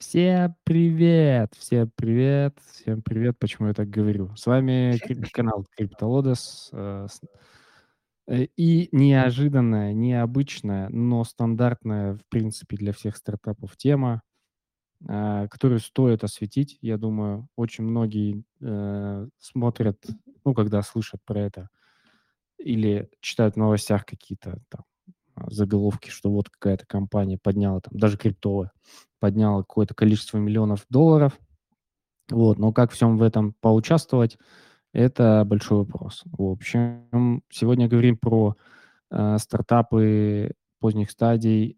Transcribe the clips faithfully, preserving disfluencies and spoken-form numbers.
Всем привет! Всем привет! Всем привет! Почему я так говорю? С вами крип канал CryptoLotus, э, с э, и неожиданная, необычная, но стандартная, в принципе, для всех стартапов тема, а, которую стоит осветить. Я думаю, очень многие, э, смотрят, ну, когда слышат про это или читают в новостях какие-то там, а, заголовки, что вот какая-то компания подняла там, даже криптовая, подняла какое-то количество миллионов долларов. Вот, но как всем в этом поучаствовать- это большой вопрос. В общем, сегодня говорим про, а, стартапы поздних стадий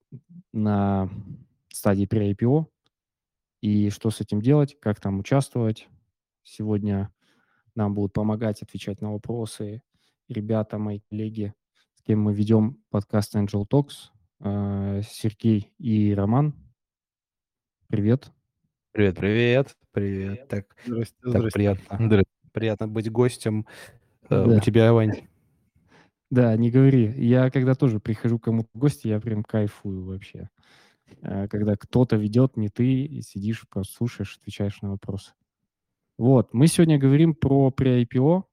на стадии pre-IPO и что с этим делать, как там участвовать. Сегодня нам будут помогать отвечать на вопросы ребята, мои коллеги, с кем мы ведем подкаст Angel Talks, а, Сергей и Роман. Привет. Привет, привет, привет. Так, Здрасте, так здрасте. приятно, Здра приятно быть гостем, э, у Да. тебя, Вань. Да, не говори. Я когда тоже прихожу к кому-то в гости, я прям кайфую вообще. А, когда кто-то ведет, не ты, и сидишь, просто слушаешь, отвечаешь на вопросы. Вот, мы сегодня говорим про pre-IPO.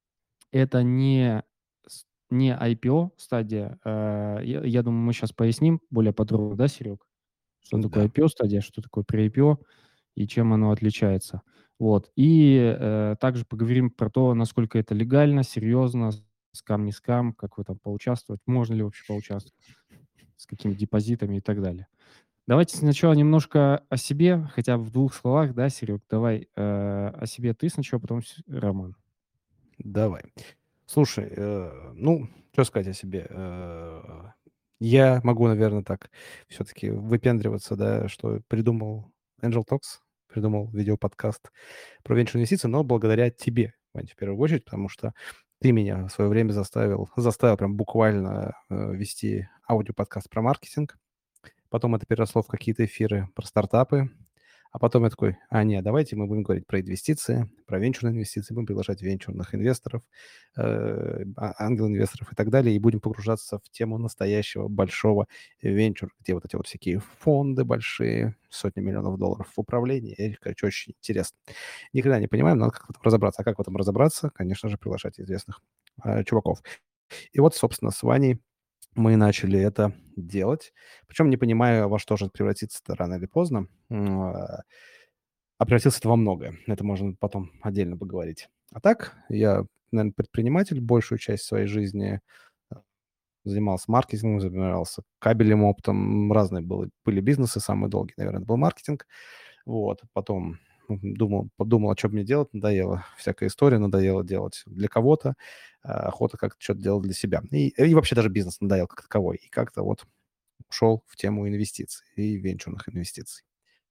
Это не с не IPO стадия. А, я я думаю, мы щас поясним более подробно, да, Серег? Что такое Да. IPO стадия, что такое pre-IPO и чем оно отличается. Вот. И, э, также поговорим про то, насколько это легально, серьезно, скам, не скам, как в этом поучаствовать, можно ли вообще поучаствовать, с какими депозитами и так далее. Давайте сначала немножко о себе, хотя бы в двух словах, да, Серег? Давай, э, о себе ты сначала, потом с Роман. Давай. Слушай, э, ну, чё сказать о себе? Э, я могу, наверно, так всё-таки выпендриваться, да, что придумал Angel Talks, придумал видеоподкаст про венчурные инвестиции, но благодаря тебе, Вань, в первую очередь, потому что ты меня в своё время заставил заставил прям буквально, э, вести аудиоподкаст про маркетинг. Потом это переросло в какие-то эфиры про стартапы. А потом я такой: "А не, давайте мы будем говорить про инвестиции, про венчурные инвестиции, будем приглашать венчурных инвесторов, э, а ангел-инвесторов и так далее, и будем погружаться в тему настоящего большого венчура, где вот эти вот всякие фонды большие, сотни миллионов долларов в управлении". И, короче, очень интересно. Никогда не понимаем, надо как-то в этом разобраться. А как в этом разобраться? Конечно же, приглашать известных, а, чуваков. И вот, собственно, с Ваней мы начали это делать, причем не понимая, во что же это превратится-то рано или поздно. М, а, а превратится это во многое. Это можно потом отдельно поговорить. А так, я, наверно, предприниматель большую часть своей жизни. Э, занимался маркетингом, занимался кабельным оптом. Разные было были бизнесы. Самый долгий, наверно, это был маркетинг. Вот. Потом, м, думал подумал, а чё бы мне делать? Надоела всякая история, надоело делать для кого-то. А, охота как-то чё-то делать для себя. И и вообще даже бизнес надоел как таковой. И как-то вот ушел в тему инвестиций и венчурных инвестиций.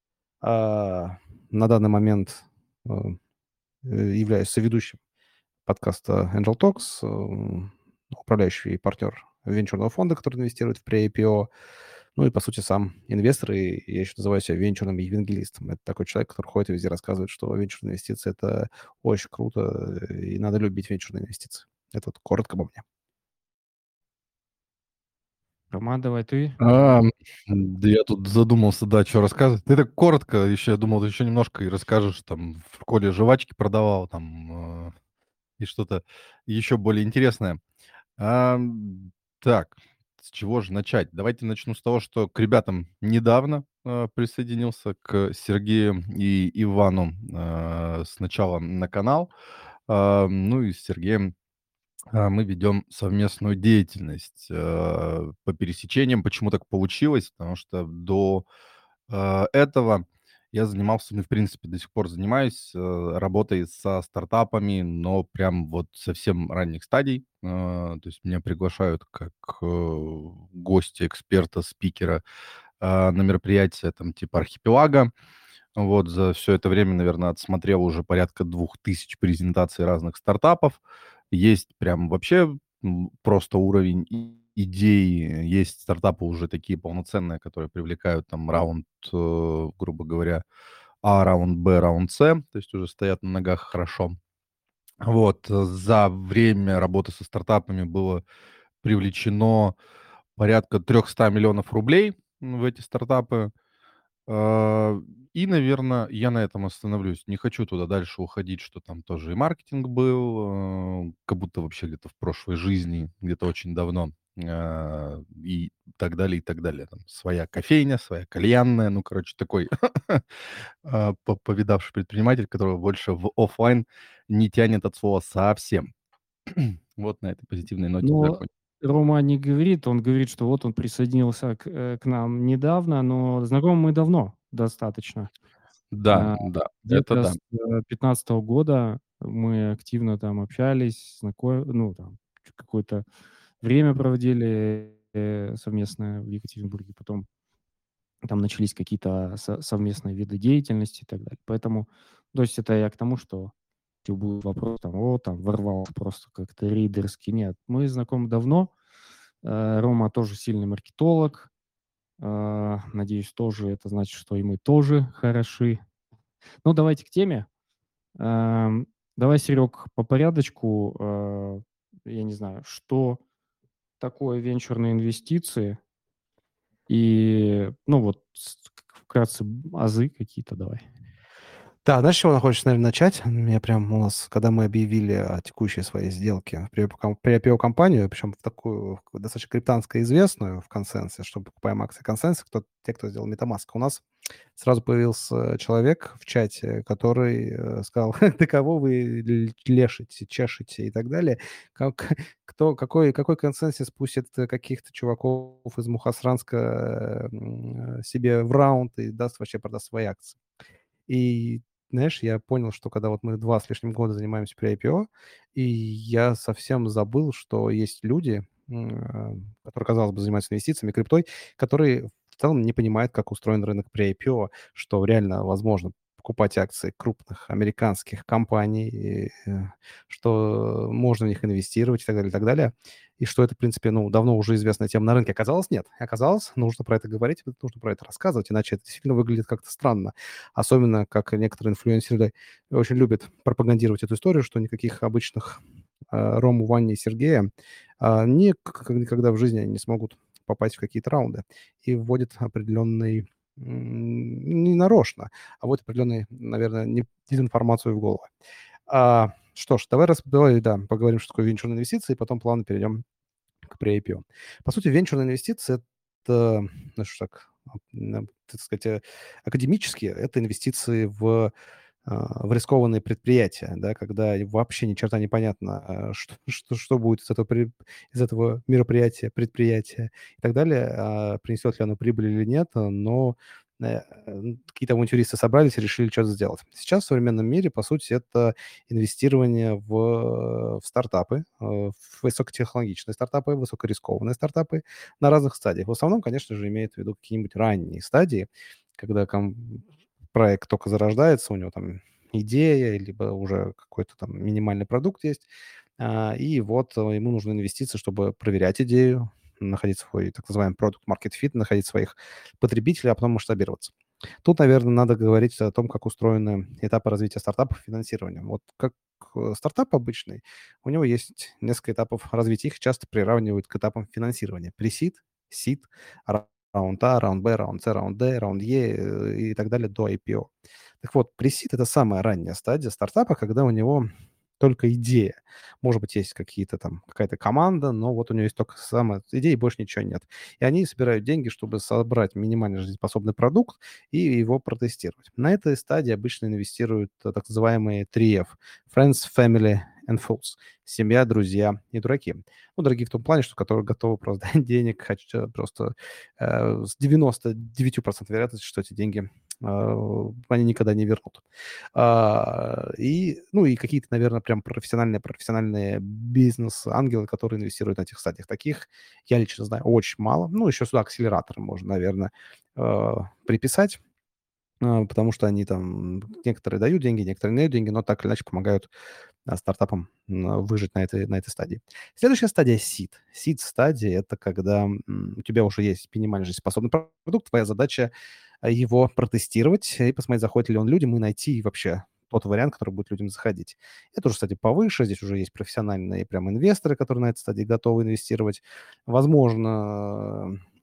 А, на данный момент, э, э, являюсь соведущим подкаста Angel Talks, м, управляющий партнер венчурного фонда, который инвестирует в pre-IPO. Ну и, по сути, сам инвестор, и я еще называю себя венчурным евангелистом. Это такой человек, который ходит и везде рассказывает, что венчурные инвестиции- это очень круто, э, и надо любить венчурные инвестиции. Это вот коротко обо мне. Роман, давай ты. Ам, да я тут задумался, да, чё рассказывать. Ты так коротко, еще я думал, ты еще немножко и расскажешь, там, в школе жвачки продавал, там, э, и что-то еще более интересное. Ам, так, с чего же начать? Давайте начну с того, что к ребятам недавно, э, присоединился, к Сергею и Ивану, э, сначала на канал. А, ну и с Сергеем, а, мы ведем совместную деятельность, э, по пересечениям. Почему так получилось? Потому что до, э, этого я занимался, ну, и в принципе до сих пор занимаюсь, э, работой со стартапами, но прям вот совсем ранних стадий. Э, то есть меня приглашают как, э, гостя, эксперта, спикера, а, на мероприятия там типа "Архипелага". Вот. За всё это время, наверно, отсмотрел уже порядка двух тысяч презентаций разных стартапов. Есть прям вообще, м, просто уровень и идей. Есть стартапы уже такие полноценные, которые привлекают там раунд, э, грубо говоря, А, раунд Б, раунд С, то есть уже стоят на ногах хорошо. Вот. За время работы со стартапами было привлечено порядка триста миллионов рублей в эти стартапы. А, и, наверно, я на этом остановлюсь. Не хочу туда дальше уходить, что там тоже и маркетинг был, э, как будто вообще где-то в прошлой жизни, где-то очень давно, а, и так далее, и так далее. Там своя кофейня, своя кальянная. Ну, короче, такой а, по повидавший предприниматель, которого больше в оффлайн не тянет от слова совсем. Вот на этой позитивной ноте Но закончим. Рома не говорит, он говорит, что вот он присоединился к, э, к нам недавно, но знакомы мы давно достаточно. Да, А, да, это где-то да. с, э, пятнадцатого года мы активно там общались, знако ну, там ч какое-то время проводили, э, совместное в Екатеринбурге. Потом там начались какие-то со совместные виды деятельности и так далее. Поэтому, то есть это я к тому, что те будет вопрос, там, о, там ворвался просто как-то рейдерски. Нет, мы знакомы давно. Э, Рома тоже сильный маркетолог. А, надеюсь, тоже это значит, что и мы тоже хороши. Ну, давайте к теме. Ам, давай, Серег, по порядочку. А, я не знаю, что такое венчурные инвестиции? И, ну, вот с к вкратце б азы какие-то давай. Да, знаешь, с чего хочешь, наверно, начать? Меня прям у нас, когда мы объявили о текущей своей сделке при пи при ай пи о-компанию, причем в такую в достаточно криптанско известную, в "Консенсе", что покупаем акции "Консенса", кто те, кто сделал "Метамаск". У нас сразу появился человек в чате, который, э, сказал: "Да кого вы ль лешите, чешете?" И так далее. Как кто какой какой "Консенсис" пустит э, каких-то чуваков из Мухосранска, м, э, себе в раунд и даст вообще продаст свои акции. И знаешь, я понял, что когда вот мы два с лишним года занимаемся при ай пи о, и я совсем забыл, что есть люди, м, э, которые, казалось бы, занимаются инвестициями, криптой, которые в целом не понимают, как устроен рынок при ай пи о, что реально возможно покупать акции крупных американских компаний, и, э, что можно в них инвестировать и так далее, и так далее. И что это, в принципе, ну, давно уже известная тема на рынке. Оказалось, нет. Оказалось, нужно про это говорить, нужно про это рассказывать, иначе это действительно выглядит как-то странно. Особенно, как некоторые инфлюенсеры очень любят пропагандировать эту историю, что никаких обычных, э, Рому, Вани и Сергея, а, ник никогда в жизни они не смогут попасть в какие-то раунды. И вводят определенный, м, не нарочно, а вводят определенный, наверное, не дезинформацию в голову. А, что ж, давай рас давай, да, поговорим, что такое венчурные инвестиции, и потом плавно перейдем к при ай пи о. По сути, венчурные инвестиции — это, знаешь, так, м, так сказать, э, академически, это инвестиции в, а, в рискованные предприятия, да, когда и вообще ни черта не понятно, а, что что что будет из этого при из этого мероприятия, предприятия и так далее, а, принесет ли оно прибыль или нет, но, э, н какие-то авантюристы собрались и решили чё-то сделать. Сейчас в современном мире, по сути, это инвестирование в в стартапы, э, в высокотехнологичные стартапы, высокорискованные стартапы на разных стадиях. В основном, конечно же, имеют в виду какие-нибудь ранние стадии, когда ком проект только зарождается, у него там идея, либо уже какой-то там минимальный продукт есть. А, и вот э, ему нужны инвестиции, чтобы проверять идею, находить свой так называемый продукт market fit, находить своих потребителей, а потом масштабироваться. Тут, наверно, надо говорить о том, как устроены этапы развития стартапов финансирования. Вот как, э, стартап обычный, у него есть несколько этапов развития. Их часто приравнивают к этапам финансирования: pre-seed, seed, раунд А, раунд Б, раунд С, раунд Д, раунд Е, э, и так далее до ай пи о. Так вот, pre-seed — это самая ранняя стадия стартапа, когда у него только идея. Может быть, есть какие-то там какая-то команда, но вот у нее есть только сама идея, и больше ничего нет. И они собирают деньги, чтобы собрать минимально жизнеспособный продукт и его протестировать. На этой стадии обычно инвестируют э, так называемые три эф: friends, family and fools — семья, друзья и дураки. Ну, дорогие в том плане, что которые готовы просто дать денег, хач э, просто, э, с девяносто девятью процентов вероятностью, что эти деньги, а, они никогда не вернут. А, и, ну, и какие-то, наверно, прям профессиональные профессиональные бизнес-ангелы, которые инвестируют на этих стадиях. Таких я лично знаю очень мало. Ну, еще сюда акселераторы можно, наверно, а, приписать, а, потому что они там некоторые дают деньги, некоторые не дают деньги, но так или иначе помогают, а, стартапам, м, выжить на этой на этой стадии. Следующая стадия — seed. Seed-стадия — это когда, м, у тебя уже есть минимально жизнеспособный продукт, твоя задача, а, его протестировать и посмотреть, заходит ли он людям, и найти вообще тот вариант, который будет людям заходить. Это уже, кстати, повыше. Здесь уже есть профессиональные прям инвесторы, которые на этой стадии готовы инвестировать. Возможно,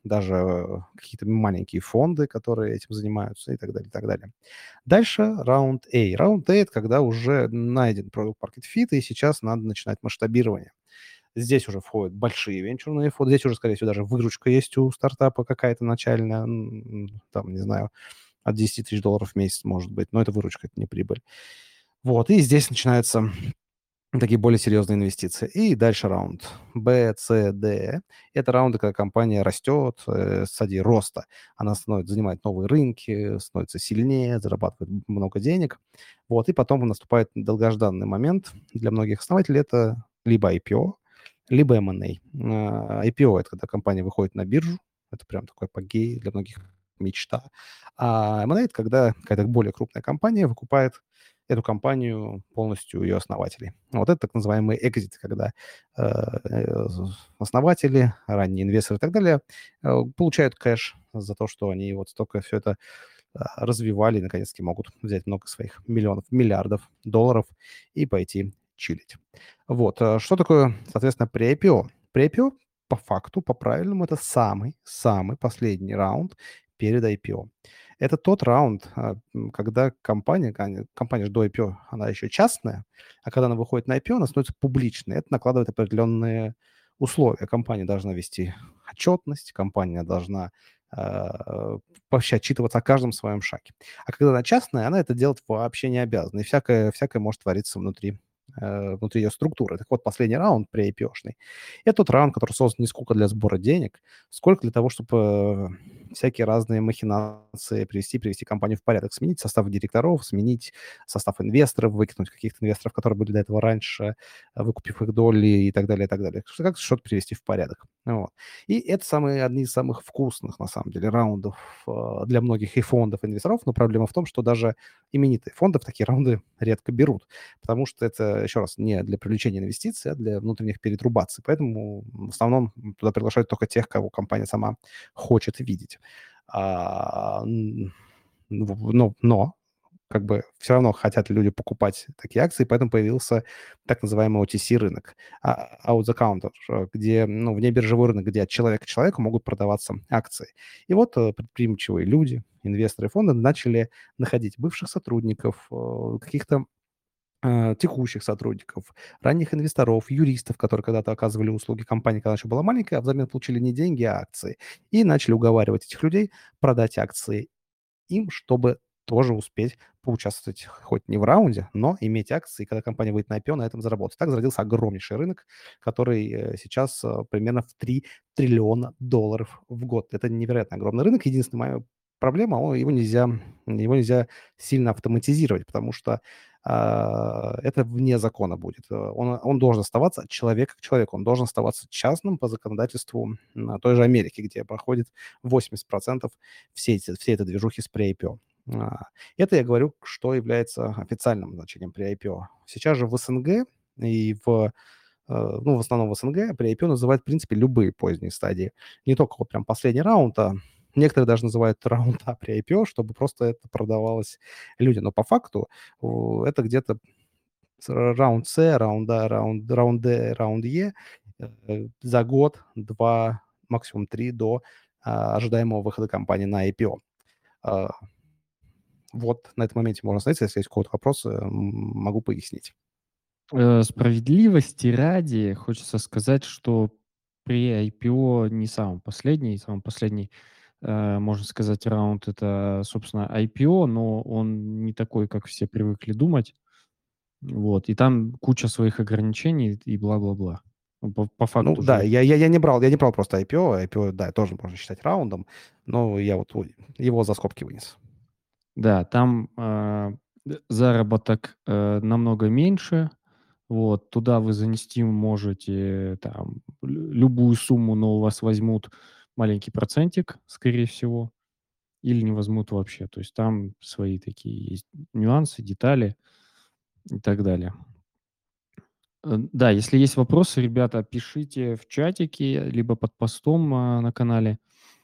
даже э, какие-то маленькие фонды, которые этим занимаются и так далее, и так далее. Дальше раунд A. Раунд A — это когда уже найден Product Market Fit, и сейчас надо начинать масштабирование. Здесь уже входят большие венчурные фонды, здесь уже, скорее всего, даже выручка есть у стартапа какая-то начальная, м, там, не знаю, от десяти тысяч долларов в месяц, может быть, но это выручка, это не прибыль. Вот, и здесь начинаются такие более серьезные инвестиции. И дальше раунд Б, С, Д. Это раунды, когда компания растет, э, в стадии роста. Она становится, занимает новые рынки, становится сильнее, зарабатывает много денег. Вот, и потом наступает долгожданный момент. Для многих основателей это либо ай пи о, либо эм энд эй. А, ай пи о — это когда компания выходит на биржу. Это прям такой апогей, для многих мечта. А эм энд эй — это когда какая-то более крупная компания выкупает эту компанию полностью ее основателей. Вот это так называемый экзит, когда э, э, основатели, ранние инвесторы и так далее э, получают кэш за то, что они вот столько все это э, развивали и наконец-таки могут взять много своих миллионов, миллиардов долларов и пойти чилить. Вот. э, Что такое, соответственно, при ай пи о? При ай пи о по факту, по правильному, это самый-самый последний раунд перед ай пи о. Это тот раунд, а, м, когда компания, кани- компания же до ай пи о, она еще частная, а когда она выходит на ай пи о, она становится публичной. Это накладывает определенные условия. Компания должна вести отчетность, компания должна а, вообще отчитываться о каждом своем шаге. А когда она частная, она это делать вообще не обязана. И всякое, всякое может твориться внутри э, внутри ее структуры. Так вот, последний раунд при ай пи о-шный — это тот раунд, который создан не сколько для сбора денег, сколько для того, чтобы всякие разные махинации привести, привести компанию в порядок, сменить состав директоров, сменить состав инвесторов, выкинуть каких-то инвесторов, которые были до этого раньше, э, выкупив их доли и так далее, и так далее. Что- Как что-то привести в порядок. Вот. И это самые, одни из самых вкусных, на самом деле, раундов э, для многих и фондов, и инвесторов, но проблема в том, что даже именитые фонды в такие раунды редко берут, потому что это, еще раз, не для привлечения инвестиций, а для внутренних перетрубаций. Поэтому в основном туда приглашают только тех, кого компания сама хочет видеть. А, н- в- но, но как бы все равно хотят люди покупать такие акции, поэтому появился так называемый о ти си-рынок, а, out the counter, э, где, ну, внебиржевой рынок, где от человека к человеку могут продаваться акции. И вот э, предприимчивые люди, инвесторы фонда начали находить бывших сотрудников, э, каких-то э, текущих сотрудников, ранних инвесторов, юристов, которые когда-то оказывали услуги компании, когда еще была маленькая, а взамен получили не деньги, а акции. И начали уговаривать этих людей продать акции им, чтобы тоже успеть поучаствовать хоть не в раунде, но иметь акции, и когда компания выйдет на ай пи о, на этом заработать. Так зародился огромнейший рынок, который э, сейчас э, примерно в три триллиона долларов в год. Это невероятно огромный рынок. Единственная моя проблема, о, его нельзя, его нельзя сильно автоматизировать, потому что а, это вне закона будет. Э, Он, он должен оставаться от человека к человеку, он должен оставаться частным по законодательству м, той же Америки, где проходит восемьдесят процентов всей, эти- всей этой движухи с при ай пи о. А, Это я говорю, что является официальным значением при ай пи о. Сейчас же в эс эн гэ и в, э, ну, в основном в эс эн гэ при ай пи о называют, в принципе, любые поздние стадии. Не только вот прям последний раунд, а некоторые даже называют раунд А при ай пи о, чтобы просто это продавалось людям. Но по факту о, это где-то с- раунд С, раунд А, раунд, раунд Д, раунд Е э, за год, два, максимум три до а, ожидаемого выхода компании на ай пи о. А, Вот на этом моменте можно остановиться. Если есть какой-то вопрос, э, м, могу пояснить. Э, справедливости ради хочется сказать, что при ай пи о не самый последний. Самый последний, э, можно сказать, раунд — это, собственно, ай пи о, но он не такой, как все привыкли думать. Вот. И там куча своих ограничений и бла-бла-бла. Ну, по по Ну факту да, же я, я, я не брал, я не брал просто ай пи о. ай пи о, да, тоже можно считать раундом, но я вот ой, его за скобки вынес. да, там, а, д заработок, э, намного меньше. Вот. Туда вы занести можете там лю любую сумму, но у вас возьмут маленький процентик, скорее всего, или не возьмут вообще. То есть там свои такие есть нюансы, детали и так далее. Э, да, если есть вопросы, ребята, пишите в чатике, либо под постом, а, на канале.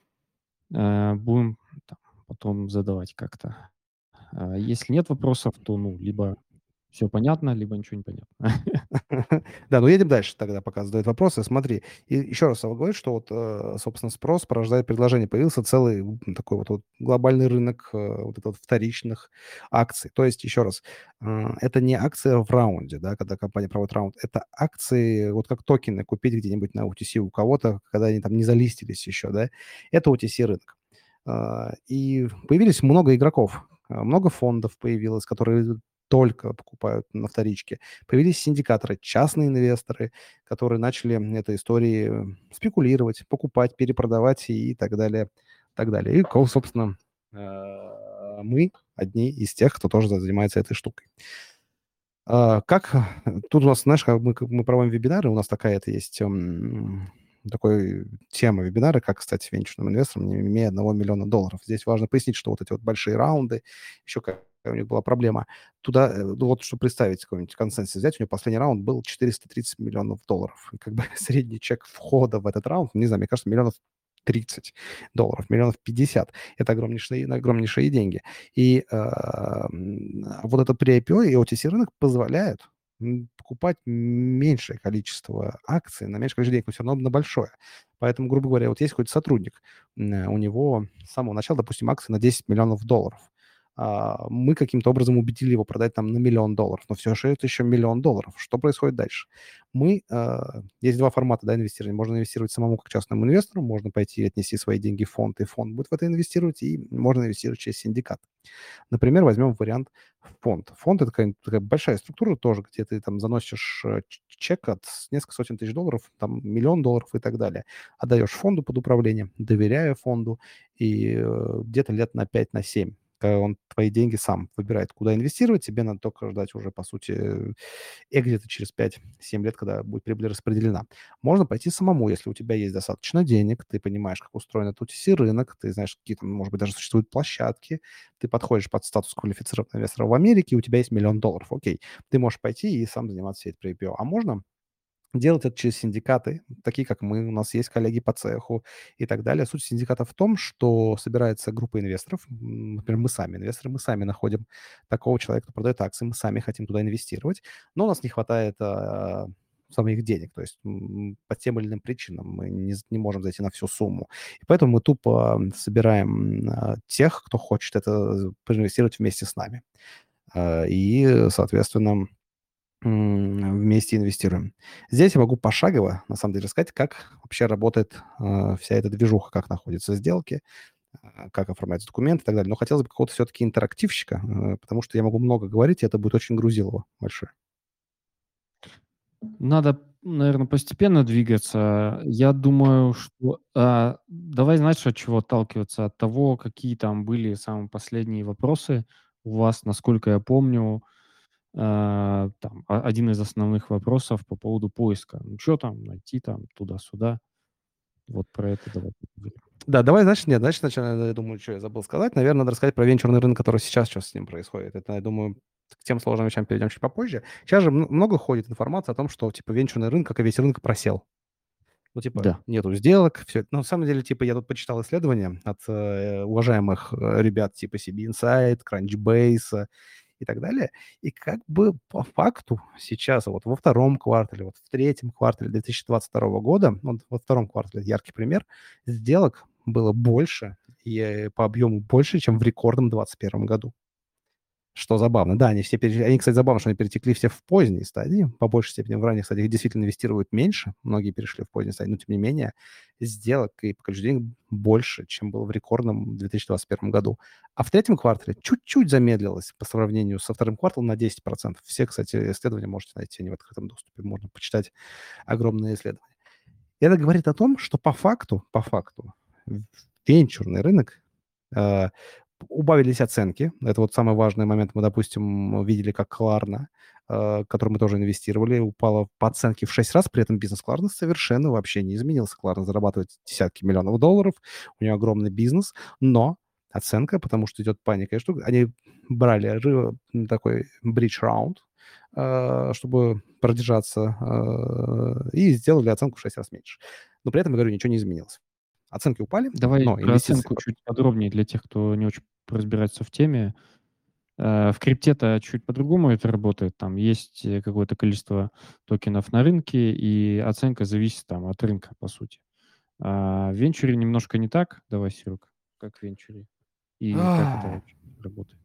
Э, будем там потом задавать как-то. А если нет вопросов, то, ну, либо все понятно, либо ничего не понятно. Да, ну едем дальше тогда, пока задают вопросы. Смотри, и еще раз я говорю, что вот, э, собственно, спрос порождает предложение. Появился целый м, такой вот, вот глобальный рынок э, вот это вот вторичных акций. То есть, еще раз, э, это не акция в раунде, да, когда компания проводит раунд, это акции, вот как токены купить где-нибудь на о ти си у кого-то, когда они там не залистились еще, да, это о ти си рынок. А, И появились много игроков, а, много фондов появилось, которые только покупают на вторичке. Появились синдикаторы, частные инвесторы, которые начали этой историей э, спекулировать, покупать, перепродавать и так далее, так далее. И, ко- собственно, э, мы одни из тех, кто тоже занимается этой штукой. А, Как э, тут у нас, знаешь, как мы, как мы проводим вебинары, у нас такая это есть м, такой тема вебинара, как стать венчурным инвестором, не имея одного миллиона долларов. Здесь важно пояснить, что вот эти вот большие раунды, еще какая у них была проблема. Туда, э, ну вот, чтобы представить какой-нибудь консенсус взять, у него последний раунд был четыреста тридцать миллионов долларов. И как бы средний чек входа в этот раунд, не знаю, мне кажется, миллионов тридцать долларов, миллионов пятьдесят. Это огромнейшие, огромнейшие деньги. И а, м, вот это при ай пи о и о ти си рынок позволяют м, покупать меньшее количество акций на меньшее количество денег, но все равно на большое. Поэтому, грубо говоря, вот есть какой-то сотрудник, м, у него с самого начала, допустим, акции на десять миллионов долларов. А, Мы каким-то образом убедили его продать там на миллион долларов, но все же это еще миллион долларов. Что происходит дальше? Мы, а, есть два формата, да, инвестирования. Можно инвестировать самому как частному инвестору, можно пойти и отнести свои деньги в фонд, и фонд будет в это инвестировать, и можно инвестировать через синдикат. Например, возьмем вариант фонд. Фонд– это такая, такая большая структура тоже, где ты там заносишь э, ч- чек от с нескольких сотен тысяч долларов, там миллион долларов и так далее. Отдаешь фонду под управление, доверяя фонду, и э, где-то лет на пять, на семь, когда он твои деньги сам выбирает, куда инвестировать, тебе надо только ждать уже, по сути, э, экзита через пять-семь лет, когда будет прибыль распределена. Можно пойти самому, если у тебя есть достаточно денег, ты понимаешь, как устроен этот о ти си рынок, ты знаешь, какие там, может быть, даже существуют площадки, ты подходишь под статус квалифицированного инвестора в Америке, и у тебя есть миллион долларов. Окей, ты можешь пойти и сам заниматься всей этой ай пи о. А можно делать это через синдикаты, такие как мы, у нас есть коллеги по цеху и так далее. Суть синдиката в том, что собирается группа инвесторов, м, например, мы сами инвесторы, мы сами находим такого человека, кто продает акции, мы сами хотим туда инвестировать, но у нас не хватает а, самих денег, то есть м, по тем или иным причинам мы не, з- не можем зайти на всю сумму. И поэтому мы тупо м, собираем а, тех, кто хочет это проинвестировать вместе с нами. А, И, соответственно, м, вместе инвестируем. Здесь я могу пошагово, на самом деле, рассказать, как вообще работает э, вся эта движуха, как находятся сделки, э, как оформляются документы и так далее. Но хотелось бы какого-то все-таки интерактивщика, э, потому что я могу много говорить, и это будет очень грузилово большое. Надо, наверное, постепенно двигаться. Я думаю, что, а, давай, знаешь, от чего отталкиваться? От того, какие там были самые последние вопросы у вас. Насколько я помню, а, там о один из основных вопросов по поводу поиска. Ну, чё там найти там туда-сюда? Вот про это давай поговорим. Да, давай, значит, нет, значит, сначала, я думаю, что я забыл сказать. Наверное, надо рассказать про венчурный рынок, который сейчас, что с ним происходит. Это, я думаю, к тем сложным вещам перейдем чуть попозже. Сейчас же м- много ходит информации о том, что, типа, венчурный рынок, как и весь рынок, просел. Ну, типа, Да. нету сделок, все. Но на самом деле, типа, я тут почитал исследования от э, уважаемых э, ребят типа си би Insight, Crunchbase э, и так далее. И как бы по факту сейчас, вот во втором квартале, вот в третьем квартале две тысячи двадцать второго года, ну, во втором квартале, яркий пример, сделок было больше и э, по объему больше, чем в рекордном двадцать первом году. Что забавно. Да, они все пере... они, кстати, забавно, что они перетекли все в поздней стадии. По большей степени в ранних стадиях действительно инвестируют меньше. Многие перешли в поздней стадии, но тем не менее сделок и по количеству денег больше, чем было в рекордном две тысячи двадцать первом году. А в третьем квартале чуть-чуть замедлилось по сравнению со вторым кварталом на десять процентов. Все, кстати, исследования можете найти, они в открытом доступе. Можно почитать огромные исследования. И это говорит о том, что по факту, по факту, венчурный рынок э, убавились оценки. Это вот самый важный момент. Мы, допустим, видели, как Кларна, э, который мы тоже инвестировали, упала по оценке в шесть раз. При этом бизнес Кларна совершенно вообще не изменился. Кларна зарабатывает десятки миллионов долларов, у нее огромный бизнес, но оценка, потому что идет паника и штука. Они брали ры- такой bridge round, э, чтобы продержаться, э, и сделали оценку в шесть раз меньше. Но при этом, я говорю, ничего не изменилось. Оценки упали, Давай но про инвестиции... оценку чуть подробнее для тех, кто не очень разбирается в теме. Э, в крипте-то чуть по-другому это работает. Там есть э, какое-то количество токенов на рынке, и оценка зависит там от рынка, по сути. А в венчуре немножко не так. Давай, Серег, как в венчуре? И как это вообще работает?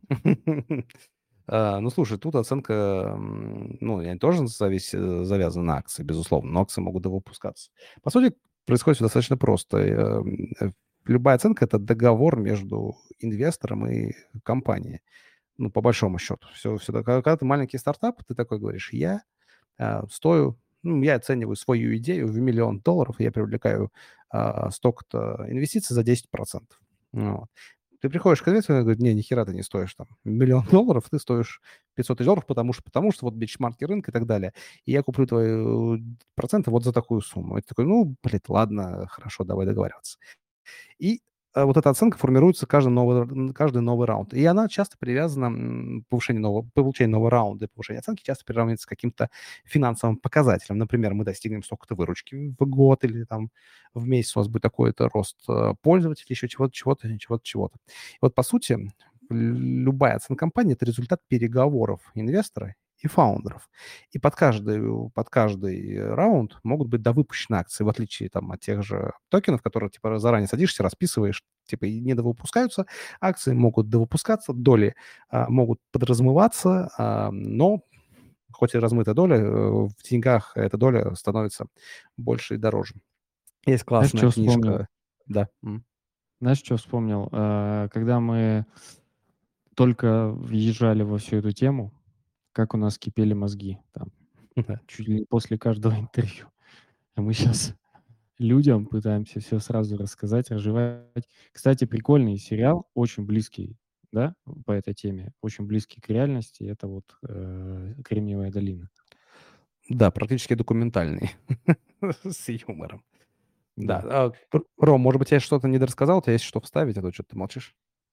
А, Ну, слушай, тут оценка, м, ну, они тоже завис- э, завязаны на акции, безусловно, но акции могут довыпускаться. По сути, происходит всё достаточно просто. Э, м, э, Любая оценка– это договор между инвестором и компанией. Ну, по большому счету. Все, все, когда, когда ты маленький стартап, ты такой говоришь, я а, стою, ну, я оцениваю свою идею в миллион долларов, и я привлекаю а, столько-то инвестиций за десять процентов. Ну, вот. Ты приходишь к инвестору, и он говорит, не, ни хера ты не стоишь там миллион долларов, ты стоишь пятьсот тысяч долларов, потому что, потому что вот бенчмарки рынка и так далее. И я куплю твои э, проценты вот за такую сумму. И ты такой, ну, блин, ладно, хорошо, давай договариваться. И, э, вот эта оценка формируется каждый новый р каждый новый раунд. И она часто привязана, м, повышение нового получение нового раунда и повышение оценки часто приравнивается к каким-то финансовым показателям. Например, мы достигнем столько-то выручки в год или там в месяц у нас будет такой-то рост, э, пользователей, еще чего-то, чего-то, чего-то, чего-то. И вот, по сути, любая оценка компании– это результат переговоров инвестора и фаундеров. И под каждый, под каждый раунд могут быть довыпущены акции, в отличие там, от тех же токенов, которые типа заранее садишься, расписываешь, типа и не довыпускаются. Акции могут довыпускаться, доли а, могут подразмываться, а, но хоть и размытая доля, э, в деньгах эта доля становится больше и дороже. Есть Знаешь, классная что вспомнил? книжка. Да. м. Знаешь, что вспомнил? Э, когда мы только въезжали во всю эту тему, как у нас кипели мозги там Да. чуть ли не после каждого интервью. А мы сейчас людям пытаемся все сразу рассказать, разжевать. Кстати, прикольный сериал, очень близкий, да, по этой теме, очень близкий к реальности. Это вот э, «Кремниевая долина». Да, практически документальный с юмором. Да. Да. а, Р- Ром, может быть, я что-то недорассказал, у тебя есть что вставить, а то что-то ты молчишь.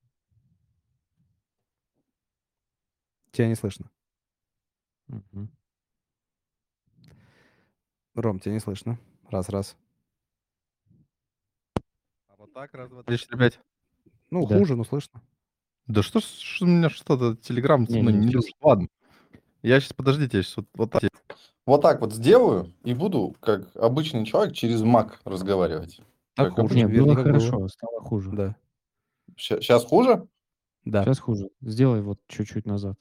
Тебя не слышно. Мгм. Ром, тебя не слышно. Раз, раз. А вот так, раз, два, три, четыре, пять. Ну, Да. хуже, но слышно. Да что, ж- что у меня что-то, Телеграм со мной Не-не, не все. дружит. Ладно, я сейчас, подождите, я сейчас вот, вот так. Вот так вот сделаю и буду, как обычный человек, через Mac разговаривать. Так Как хуже. Не, обычно. Вернее, было как было. хорошо, стало хуже. Да. Сейчас хуже? Да. Сейчас хуже. Сделай вот чуть-чуть назад.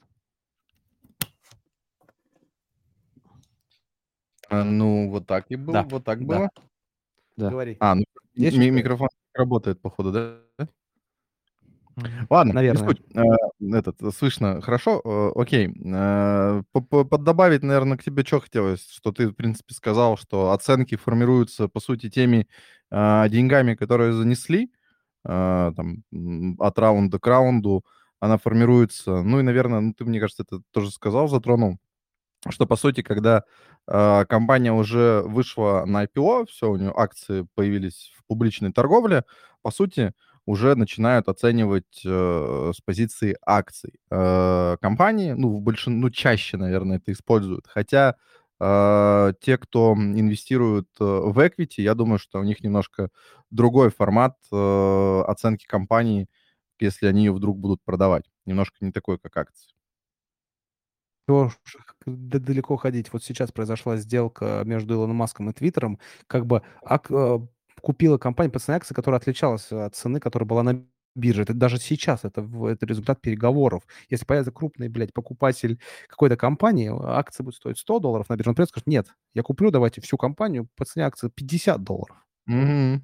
А, ну, вот так и было, Да. вот так Да. было. Да. Говори. А, ну, Есть что ми- сказать? микрофон работает, походу, да? Мгм. Ладно, не Наверное. суть. Э, Этот, э, слышно хорошо? Э, Окей. Э, по- по- Поддобавить, наверное, к тебе что хотелось, что ты, в принципе, сказал, что оценки формируются, по сути, теми а, деньгами, которые занесли, а, там, м, от раунда к раунду, она формируется, ну и, наверное, ну, ты, мне кажется, это тоже сказал, затронул, что, по сути, когда а, компания уже вышла на ай пи о, все, у нее акции появились в публичной торговле, по сути, уже начинают оценивать э, с позиции акций э, компании, ну, в большин... ну, чаще, наверное, это используют. Хотя э, те, кто инвестирует э, в equity, я думаю, что у них немножко другой формат э, оценки компании, если они ее вдруг будут продавать. Немножко не такой, как акции. Чего ж д- далеко ходить. Вот сейчас произошла сделка между Илоном Маском и Твиттером. Как бы ак- э, купила компания по цене акции, которая отличалась от цены, которая была на бирже. Это даже сейчас это, в- это результат переговоров. Если появится крупный, блядь, покупатель какой-то компании, акция будет стоить сто долларов на бирже, он придет и скажет, нет, я куплю, давайте всю компанию по цене акции пятьдесят долларов. Мгм.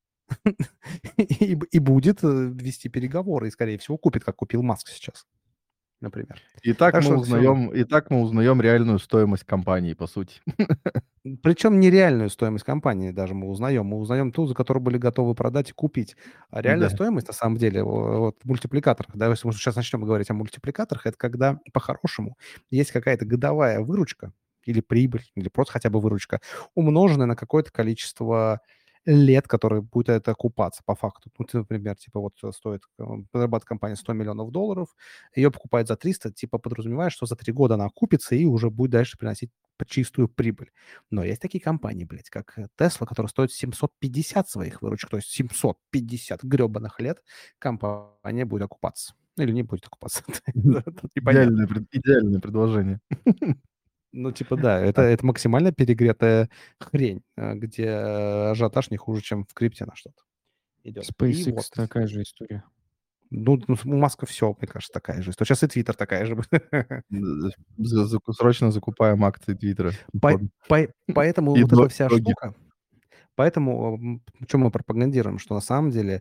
И, б- и будет э, вести переговоры, и, скорее всего, купит, как купил Маск сейчас, например. И так Так мы что это все равно. узнаем, и так мы узнаем реальную стоимость компании, по сути. Причем нереальную стоимость компании даже мы узнаем. Мы узнаем ту, за которую были готовы продать и купить. А реальная Да. стоимость, на самом деле, о- вот в мультипликаторах, да, если мы сейчас начнем говорить о мультипликаторах, это когда по-хорошему есть какая-то годовая выручка или прибыль, или просто хотя бы выручка, умноженная на какое-то количество лет, которые будет это окупаться по факту. Ну, ты, например, типа вот э, стоит, э, зарабатывает компания сто миллионов долларов, ее покупают за триста, типа подразумевает, что за три года она окупится и уже будет дальше приносить чистую прибыль. Но есть такие компании, блядь, как э, Tesla, которая стоит семьсот пятьдесят своих выручек, то есть семьсот пятьдесят гребаных лет компания будет окупаться. Или не будет окупаться. Тут непонятно. Идеальное пред идеальное предложение. Ну, типа, да, это Так. это максимально перегретая хрень, э, где э, ажиотаж не хуже, чем в крипте на что-то идет. И SpaceX вот. такая же история. Ну, ну, у Маска все, мне кажется, такая же. Сейчас и Твиттер такая же. Д за заку срочно закупаем акции "Твиттера". По Под по Поэтому и вот до эта вся доги. штука. Поэтому, м, чё мы пропагандируем, что на самом деле,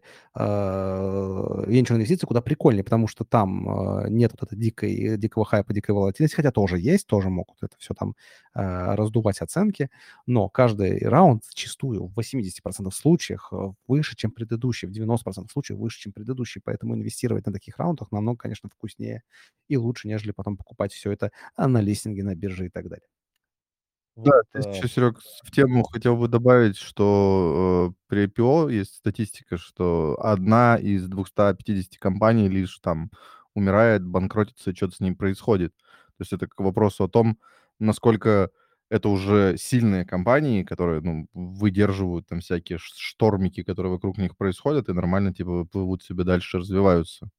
а, венчурные инвестиции куда прикольнее, потому что там, а, нет вот этой дикой дикого хайпа, дикой волатильности, хотя тоже есть, тоже могут это все там, а, раздувать оценки, но каждый раунд зачастую в восемьдесят процентов случаях, а, выше, чем предыдущий, в девяносто процентов случаев выше, чем предыдущий. Поэтому инвестировать на таких раундах намного, конечно, вкуснее и лучше, нежели потом покупать все это, а, на листинге, на бирже и так далее. Да, Вот, здесь а еще, Серег, в тему хотел бы добавить, что, э, при ай пи о есть статистика, что одна из двухсот пятидесяти компаний лишь там умирает, банкротится, и чё-то с ним происходит. То есть это к вопросу о том, насколько это уже сильные компании, которые, ну, выдерживают там всякие ш штормики, которые вокруг них происходят, и нормально, типа, плывут себе дальше, развиваются.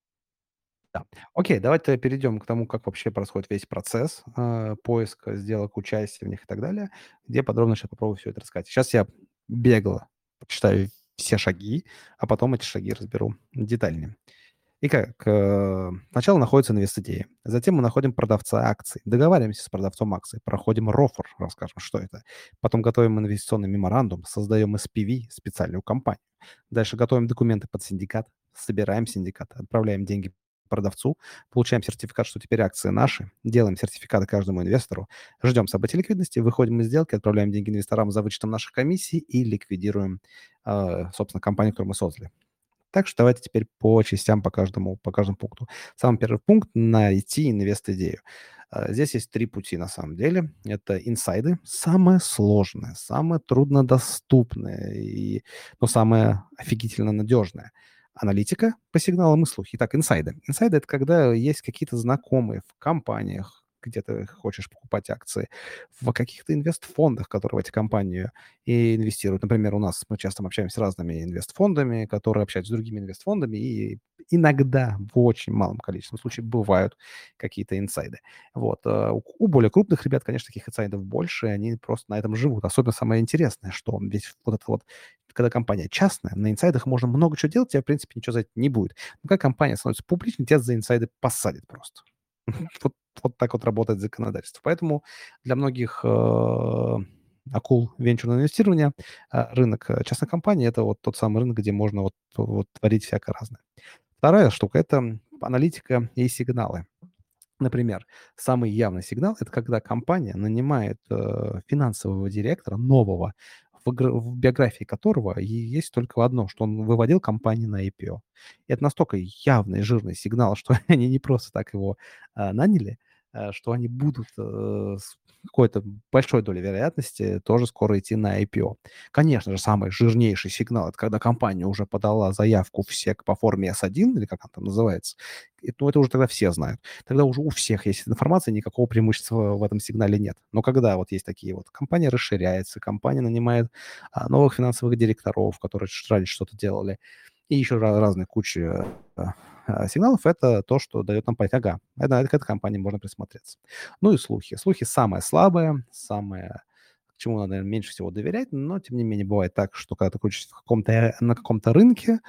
Да. Окей, давайте перейдем к тому, как вообще происходит весь процесс э, поиска сделок, участия в них и так далее, где подробно сейчас попробую все это рассказать. Сейчас я бегло почитаю все шаги, а потом эти шаги разберу детальнее. Итак, э, сначала находится инвест-идея. Затем мы находим продавца акций. Договариваемся с продавцом акций. Проходим рофр, расскажем, что это. Потом готовим инвестиционный меморандум, создаем эс пи ви, специальную компанию. Дальше готовим документы под синдикат, собираем синдикат, отправляем деньги продавцу, получаем сертификат, что теперь акции наши, делаем сертификаты каждому инвестору, ждем событий ликвидности, выходим из сделки, отправляем деньги инвесторам за вычетом наших комиссий и ликвидируем, э, собственно, компанию, которую мы создали. Так что давайте теперь по частям, по каждому, по каждому пункту. Самый первый пункт — найти инвест-идею. А, Здесь есть три пути на самом деле. Это инсайды, самое сложное, самое труднодоступное, и, но самое офигительно надежное. Аналитика по сигналам и слухи. Итак, инсайды. Инсайды — это когда есть какие-то знакомые в компаниях, где ты хочешь покупать акции, в каких-то инвестфондах, которые в эти компании и инвестируют. Например, у нас мы часто общаемся с разными инвестфондами, которые общаются с другими инвестфондами, и иногда, в очень малом количестве случаев, бывают какие-то инсайды. Вот. э, У у более крупных ребят, конечно, таких инсайдов больше, и они просто на этом живут. Особенно самое интересное, что ведь вот это вот, когда компания частная, на инсайдах можно много чего делать, тебе, в принципе, ничего за это не будет. Но когда компания становится публичной, тебя за инсайды посадят просто. Вот, вот так вот работает законодательство. Поэтому для многих э, акул венчурного инвестирования а, рынок э, частной компании — это вот тот самый рынок, где можно вот, вот творить всякое разное. Вторая штука — это аналитика и сигналы. Например, самый явный сигнал — это когда компания нанимает э, финансового директора нового, в, гра- в биографии которого и есть только одно, что он выводил компанию на ай пи о. И это настолько явный, жирный сигнал, что они не просто так его а, наняли, а, что они будут э, с какой-то большой долей вероятности тоже скоро идти на ай пи о. Конечно же, самый жирнейший сигнал — это когда компания уже подала заявку в сек по форме эс один, или как она там называется. И, ну, это уже тогда все знают. Тогда уже у всех есть эта информация, никакого преимущества в этом сигнале нет. Но когда вот есть такие вот, компания расширяется, компания нанимает а, новых финансовых директоров, которые ш- раньше что-то делали, и еще ra- разные кучи а, а, сигналов, это то, что дает нам понять, ага, это, к этой компании можно присмотреться. Ну и слухи. Слухи самое слабое, самое, к чему надо, наверное, меньше всего доверять, но, тем не менее, бывает так, что когда ты крутишься в каком-то, э, на каком-то рынке,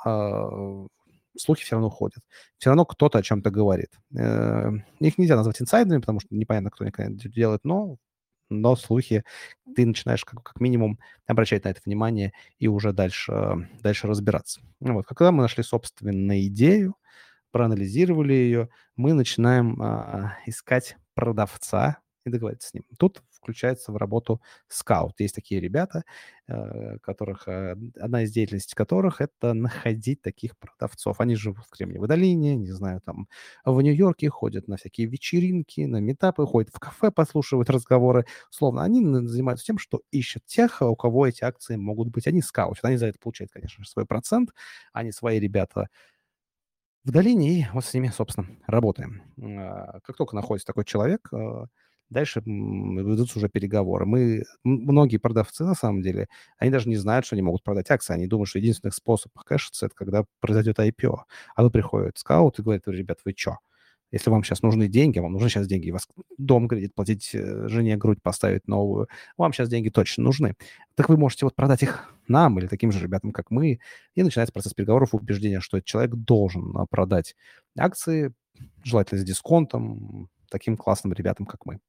а, слухи все равно ходят. Все равно кто-то о чем-то говорит. Э, Их нельзя назвать инсайдерами, потому что непонятно, кто никогда это делает, но, но слухи, ты начинаешь как, как минимум обращать на это внимание и уже дальше, э, дальше разбираться. Ну вот. Когда мы нашли собственную идею, проанализировали ее, мы начинаем а, искать продавца и договориться с ним. Тут включается в работу скаут. Есть такие ребята, э, которых, э, одна из деятельностей которых — это находить таких продавцов. Они живут в Кремниевой долине, не знаю, там в Нью-Йорке, ходят на всякие вечеринки, на метапы, ходят в кафе, послушивают разговоры. Словно они н- занимаются тем, что ищут тех, у кого эти акции могут быть. Они скаутят. Они за это получают, конечно же, свой процент. Они свои ребята в долине, и вот с ними, собственно, работаем. А, Как только находится такой человек, а, Дальше м, ведутся уже переговоры. Мы, м- многие продавцы, на самом деле, они даже не знают, что они могут продать акции. Они думают, что единственный способ кэшиться — это когда произойдет ай пи о. А тут приходит скаут и говорит: ребят, вы чё? Если вам сейчас нужны деньги, вам нужны сейчас деньги, вас дом кредит платить, э, жене грудь поставить новую, вам сейчас деньги точно нужны. Так вы можете вот продать их нам или таким же ребятам, как мы, и начинается процесс переговоров, убеждения, что этот человек должен а, продать акции, желательно с дисконтом, таким классным ребятам, как мы.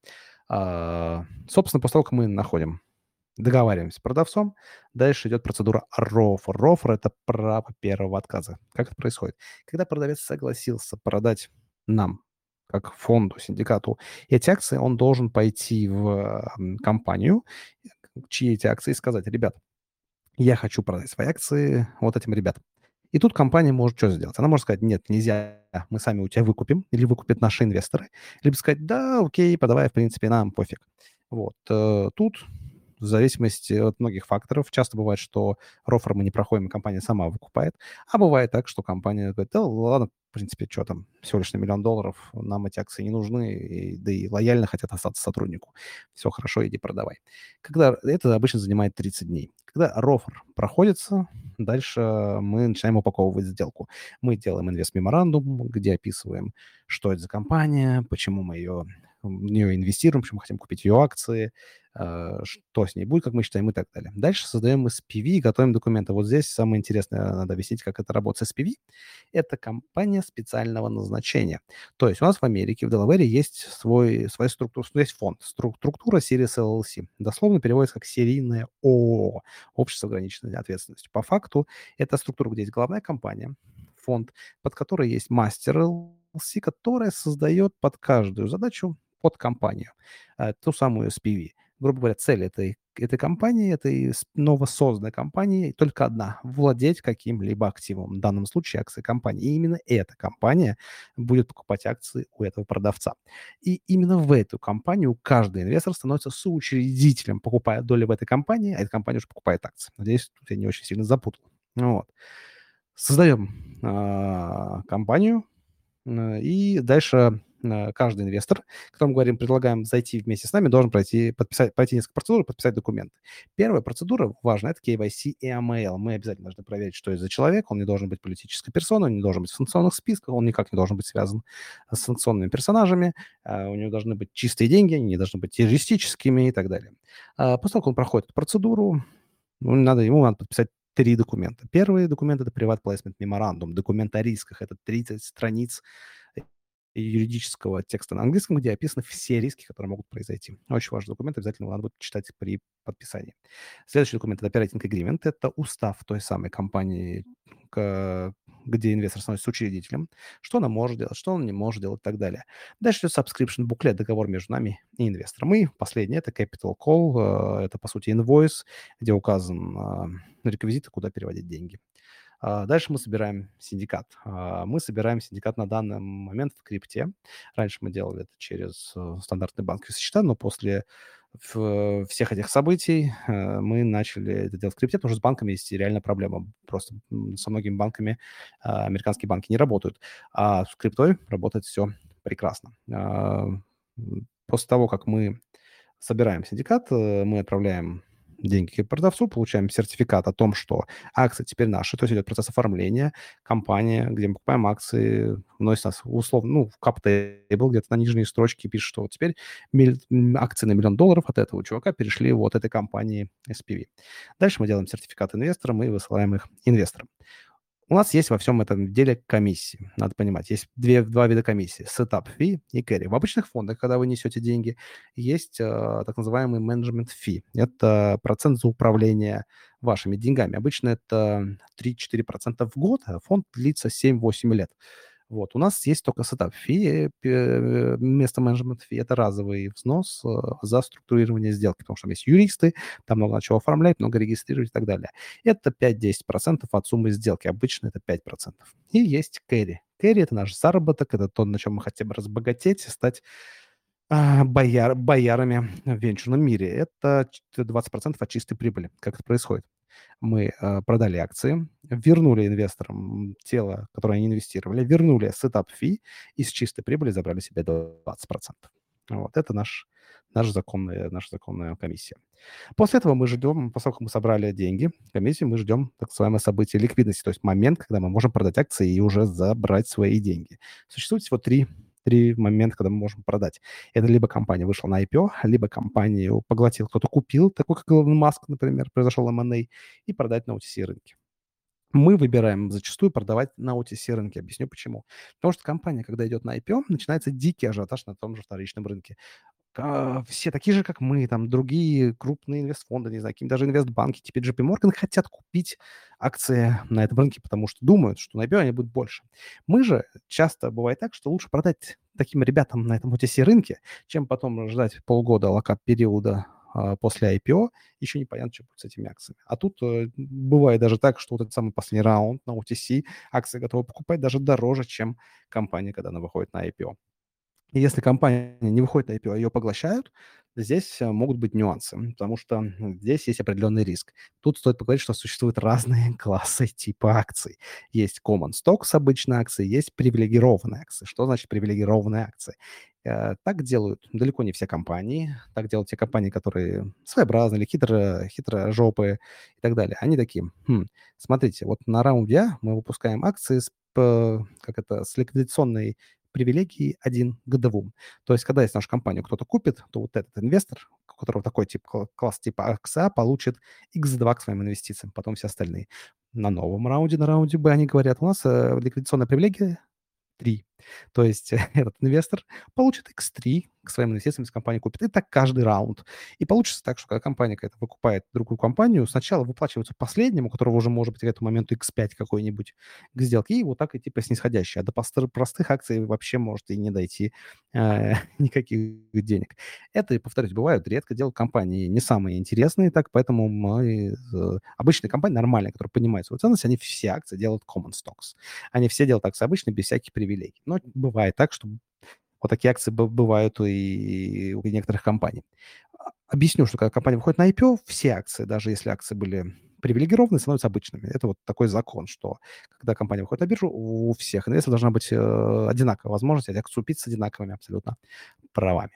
А, собственно, после того, как мы находим, договариваемся с продавцом, дальше идет процедура рофр. Рофр — это право первого отказа. Как это происходит? Когда продавец согласился продать нам, как фонду, синдикату, эти акции, он должен пойти в м, компанию, чьи эти акции, и сказать: ребят, я хочу продать свои акции вот этим ребятам. И тут компания может что сделать? Она может сказать: нет, нельзя, мы сами у тебя выкупим, или выкупят наши инвесторы. Либо сказать: да, окей, подавай, в принципе, нам пофиг. Вот. э, Тут в зависимости от многих факторов. Часто бывает, что рофер мы не проходим, и компания сама выкупает. А бывает так, что компания говорит: да ладно, в принципе, что там, всего лишь на миллион долларов, нам эти акции не нужны, и, да и лояльно хотят остаться сотруднику. Все хорошо, иди продавай. Когда это обычно занимает тридцать дней. Когда рофер проходится, дальше мы начинаем упаковывать сделку. Мы делаем инвест-меморандум, где описываем, что это за компания, почему мы ее, в нее инвестируем, почему мы хотим купить ее акции, э, что с ней будет, как мы считаем, и так далее. Дальше создаем эс пи ви и готовим документы. Вот здесь самое интересное, надо объяснить, как это работает с эс пи ви. Это компания специального назначения. То есть у нас в Америке, в Делавере есть свой, своя структура, есть фонд. Стру- Структура Series эл эл си. Дословно переводится как серийное ООО, общество с ограниченной ответственностью. По факту это структура, где есть главная компания, фонд, под которой есть мастер эл эл си, которая создает под каждую задачу под компанию, э, ту самую эс пи ви. Грубо говоря, цель этой, этой компании, этой с- новосозданной компании только одна — владеть каким-либо активом, в данном случае акции компании. И именно эта компания будет покупать акции у этого продавца. И именно в эту компанию каждый инвестор становится соучредителем, покупая доли в этой компании, а эта компания уже покупает акции. Надеюсь, тут я не очень сильно запутал. Ну вот. Создаем а, компанию, Н и дальше, э, каждый инвестор, которому говорим, предлагаем зайти вместе с нами, должен пройти, подписать, пройти несколько процедур, подписать документы. Первая процедура важная — это кей вай си и эй эм эл. Мы обязательно должны проверить, что это за человек. Он не должен быть политической персоной, он не должен быть в санкционных списках, он никак не должен быть связан с санкционными персонажами, а, у него должны быть чистые деньги, они не должны быть террористическими и так далее. А, после того, как он проходит эту процедуру, ну, надо, ему надо подписать три документа. Первый документ — это Private Placement Memorandum, документ о рисках. Это тридцать страниц юридического текста на английском, где описаны все риски, которые могут произойти. Очень важный документ, обязательно его надо будет читать при подписании. Следующий документ — это Operating Agreement, это устав той самой компании, к- где инвестор становится учредителем, что она может делать, что он не может делать и так далее. Дальше идет subscription буклет, договор между нами и инвестором. И последний — это Capital Call, э, это, по сути, инвойс, где указан а, реквизиты, куда переводить деньги. А, Дальше мы собираем синдикат. А, Мы собираем синдикат на данный момент в крипте. Раньше мы делали это через э, стандартные банковские счета, но после в- всех этих событий э, мы начали это делать в крипте, потому что с банками есть реальная проблема. Просто м, со многими банками а, американские банки не работают, а с криптой работает все прекрасно. А, м, После того, как мы собираем синдикат, э, мы отправляем деньги продавцу, получаем сертификат о том, что акции теперь наши, то есть идет процесс оформления. Компания, где мы покупаем акции, вносит нас условно, ну, в кап-тейбл, где-то на нижней строчке пишет, что вот теперь миль- м, акции на миллион долларов от этого чувака перешли вот этой компании эс пи ви. Дальше мы делаем сертификат инвесторам и высылаем их инвесторам. У нас есть во всем этом деле комиссии. Надо понимать, есть две, два вида комиссии — setup fee и carry. В обычных фондах, когда вы несете деньги, есть э, так называемый management fee. Это процент за управление вашими деньгами. Обычно это три-четыре процента в год, а фонд длится семь-восемь лет. Вот. У нас есть только setup fee, пе- вместо management fee. Это разовый взнос э, за структурирование сделки, потому что там есть юристы, там много на чего оформлять, много регистрировать и так далее. Это пять-десять процентов от суммы сделки. Обычно это пять процентов. И есть carry. Carry — это наш заработок, это то, на чем мы хотим разбогатеть и стать а, бояр, боярами в венчурном мире. Это ч- двадцать процентов от чистой прибыли. Как это происходит? Мы э, продали акции, вернули инвесторам тело, которое они инвестировали, вернули сетап фи и с чистой прибыли забрали себе двадцать процентов. Вот это наш наш законная наша законная комиссия. После этого мы ждем, поскольку мы собрали деньги, комиссию, мы ждем так называемое событие ликвидности, то есть момент, когда мы можем продать акции и уже забрать свои деньги. Существует всего три три момента, когда мы можем продать. Это либо компания вышла на ай пи о, либо компанию поглотил кто-то, купил, такой как Илон Маск, например, произошел эм энд эй, и продать на о ти си рынке. Мы выбираем зачастую продавать на о ти си рынке. Объясню почему. Потому что компания, когда идет на ай пи о, начинается дикий ажиотаж на том же вторичном рынке. Ка все такие же, как мы, там другие крупные инвестфонды, не знаю, какие даже инвестбанки, типа джей пи Morgan, хотят купить акции на этом рынке, потому что думают, что на ай пи о они будут больше. Мы же часто бывает так, что лучше продать таким ребятам на этом о ти си рынке, чем потом ждать полгода локап-периода а, после ай пи о, еще непонятно, что будет с этими акциями. А тут э, бывает даже так, что вот этот самый последний раунд на о ти си акции готовы покупать даже дороже, чем компания, когда она выходит на ай пи о. И если компания не выходит на ай пи о, ее поглощают, здесь э, могут быть нюансы, потому что м, здесь есть определенный риск. Тут стоит поговорить, что существуют разные классы типа акций. Есть common stocks, обычные акции, есть привилегированные акции. Что значит привилегированные акции? Э, Так делают далеко не все компании. Так делают те компании, которые своеобразные или хитро, хитрожопые и так далее. Они такие, «Хм, смотрите, вот на раунде А мы выпускаем акции с, п- как это, с ликвидационной привилегии один к двум. То есть, когда если нашу компанию кто-то купит, то вот этот инвестор, у которого такой тип, кла- класс типа акция А, получит икс два к своим инвестициям, потом все остальные. На новом раунде, на раунде Б, они говорят, у нас э, ликвидационная привилегия три. То есть этот инвестор получит икс три к своим инвестициям, если компания купит. И так каждый раунд. И получится так, что когда компания какая-то выкупает другую компанию, сначала выплачивается последнему, у которого уже может быть к этому моменту икс пять какой-нибудь к сделке, и вот так и типа снисходящий. А до постр- простых акций вообще может и не дойти э, никаких денег. Это, и повторюсь, бывают редко, делают компании не самые интересные, так, поэтому мы... э, Обычные компании, нормальные, которые понимают свою ценность, они все акции делают common stocks. Они все делают акции обычно, без всяких привилегий. Но бывает так, что вот такие акции б- бывают и у некоторых компаний. А, Объясню, что когда компания выходит на ай пи о, все акции, даже если акции были привилегированы, становятся обычными. Это вот такой закон, что когда компания выходит на биржу, у всех инвесторов должна быть э, одинаковая возможность эти акции купить с одинаковыми абсолютно правами.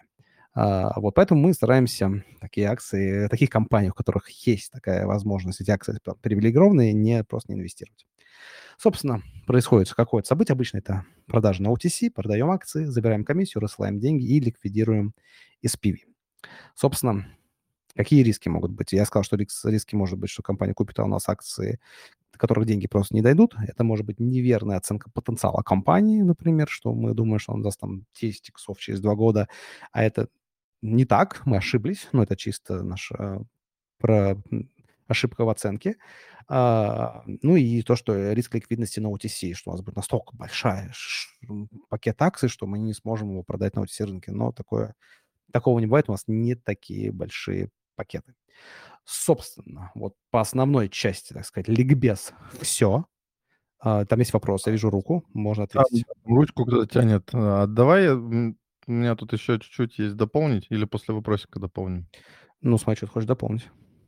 А, вот поэтому мы стараемся такие акции, таких компаний, у которых есть такая возможность, эти акции п- привилегированные, не просто не инвестировать. Собственно, происходит какое-то событие. Обычно это продажа на о ти си, продаем акции, забираем комиссию, рассылаем деньги и ликвидируем эс пи ви. Собственно, какие риски могут быть? Я сказал, что риск, риски может быть, что компания купит, а у нас акции, до которых деньги просто не дойдут. Это может быть неверная оценка потенциала компании, например, что мы думаем, что он даст там десять иксов через два года, а это не так, мы ошиблись, но это чисто наша про м, ошибка в оценке. А, ну и то, что риск ликвидности на о ти си, что у нас будет настолько большая ш- м, пакет акций, что мы не сможем его продать на о ти си рынке. Но такое, такого не бывает, у нас не такие большие пакеты. Собственно, вот по основной части, так сказать, ликбез все. Там есть вопрос, я вижу руку, можно Там ответить. ручку кто-то тянет. А, давай, м, у меня тут еще чуть-чуть есть дополнить или после вопросика дополним? Ну, смотри, что ты хочешь дополнить.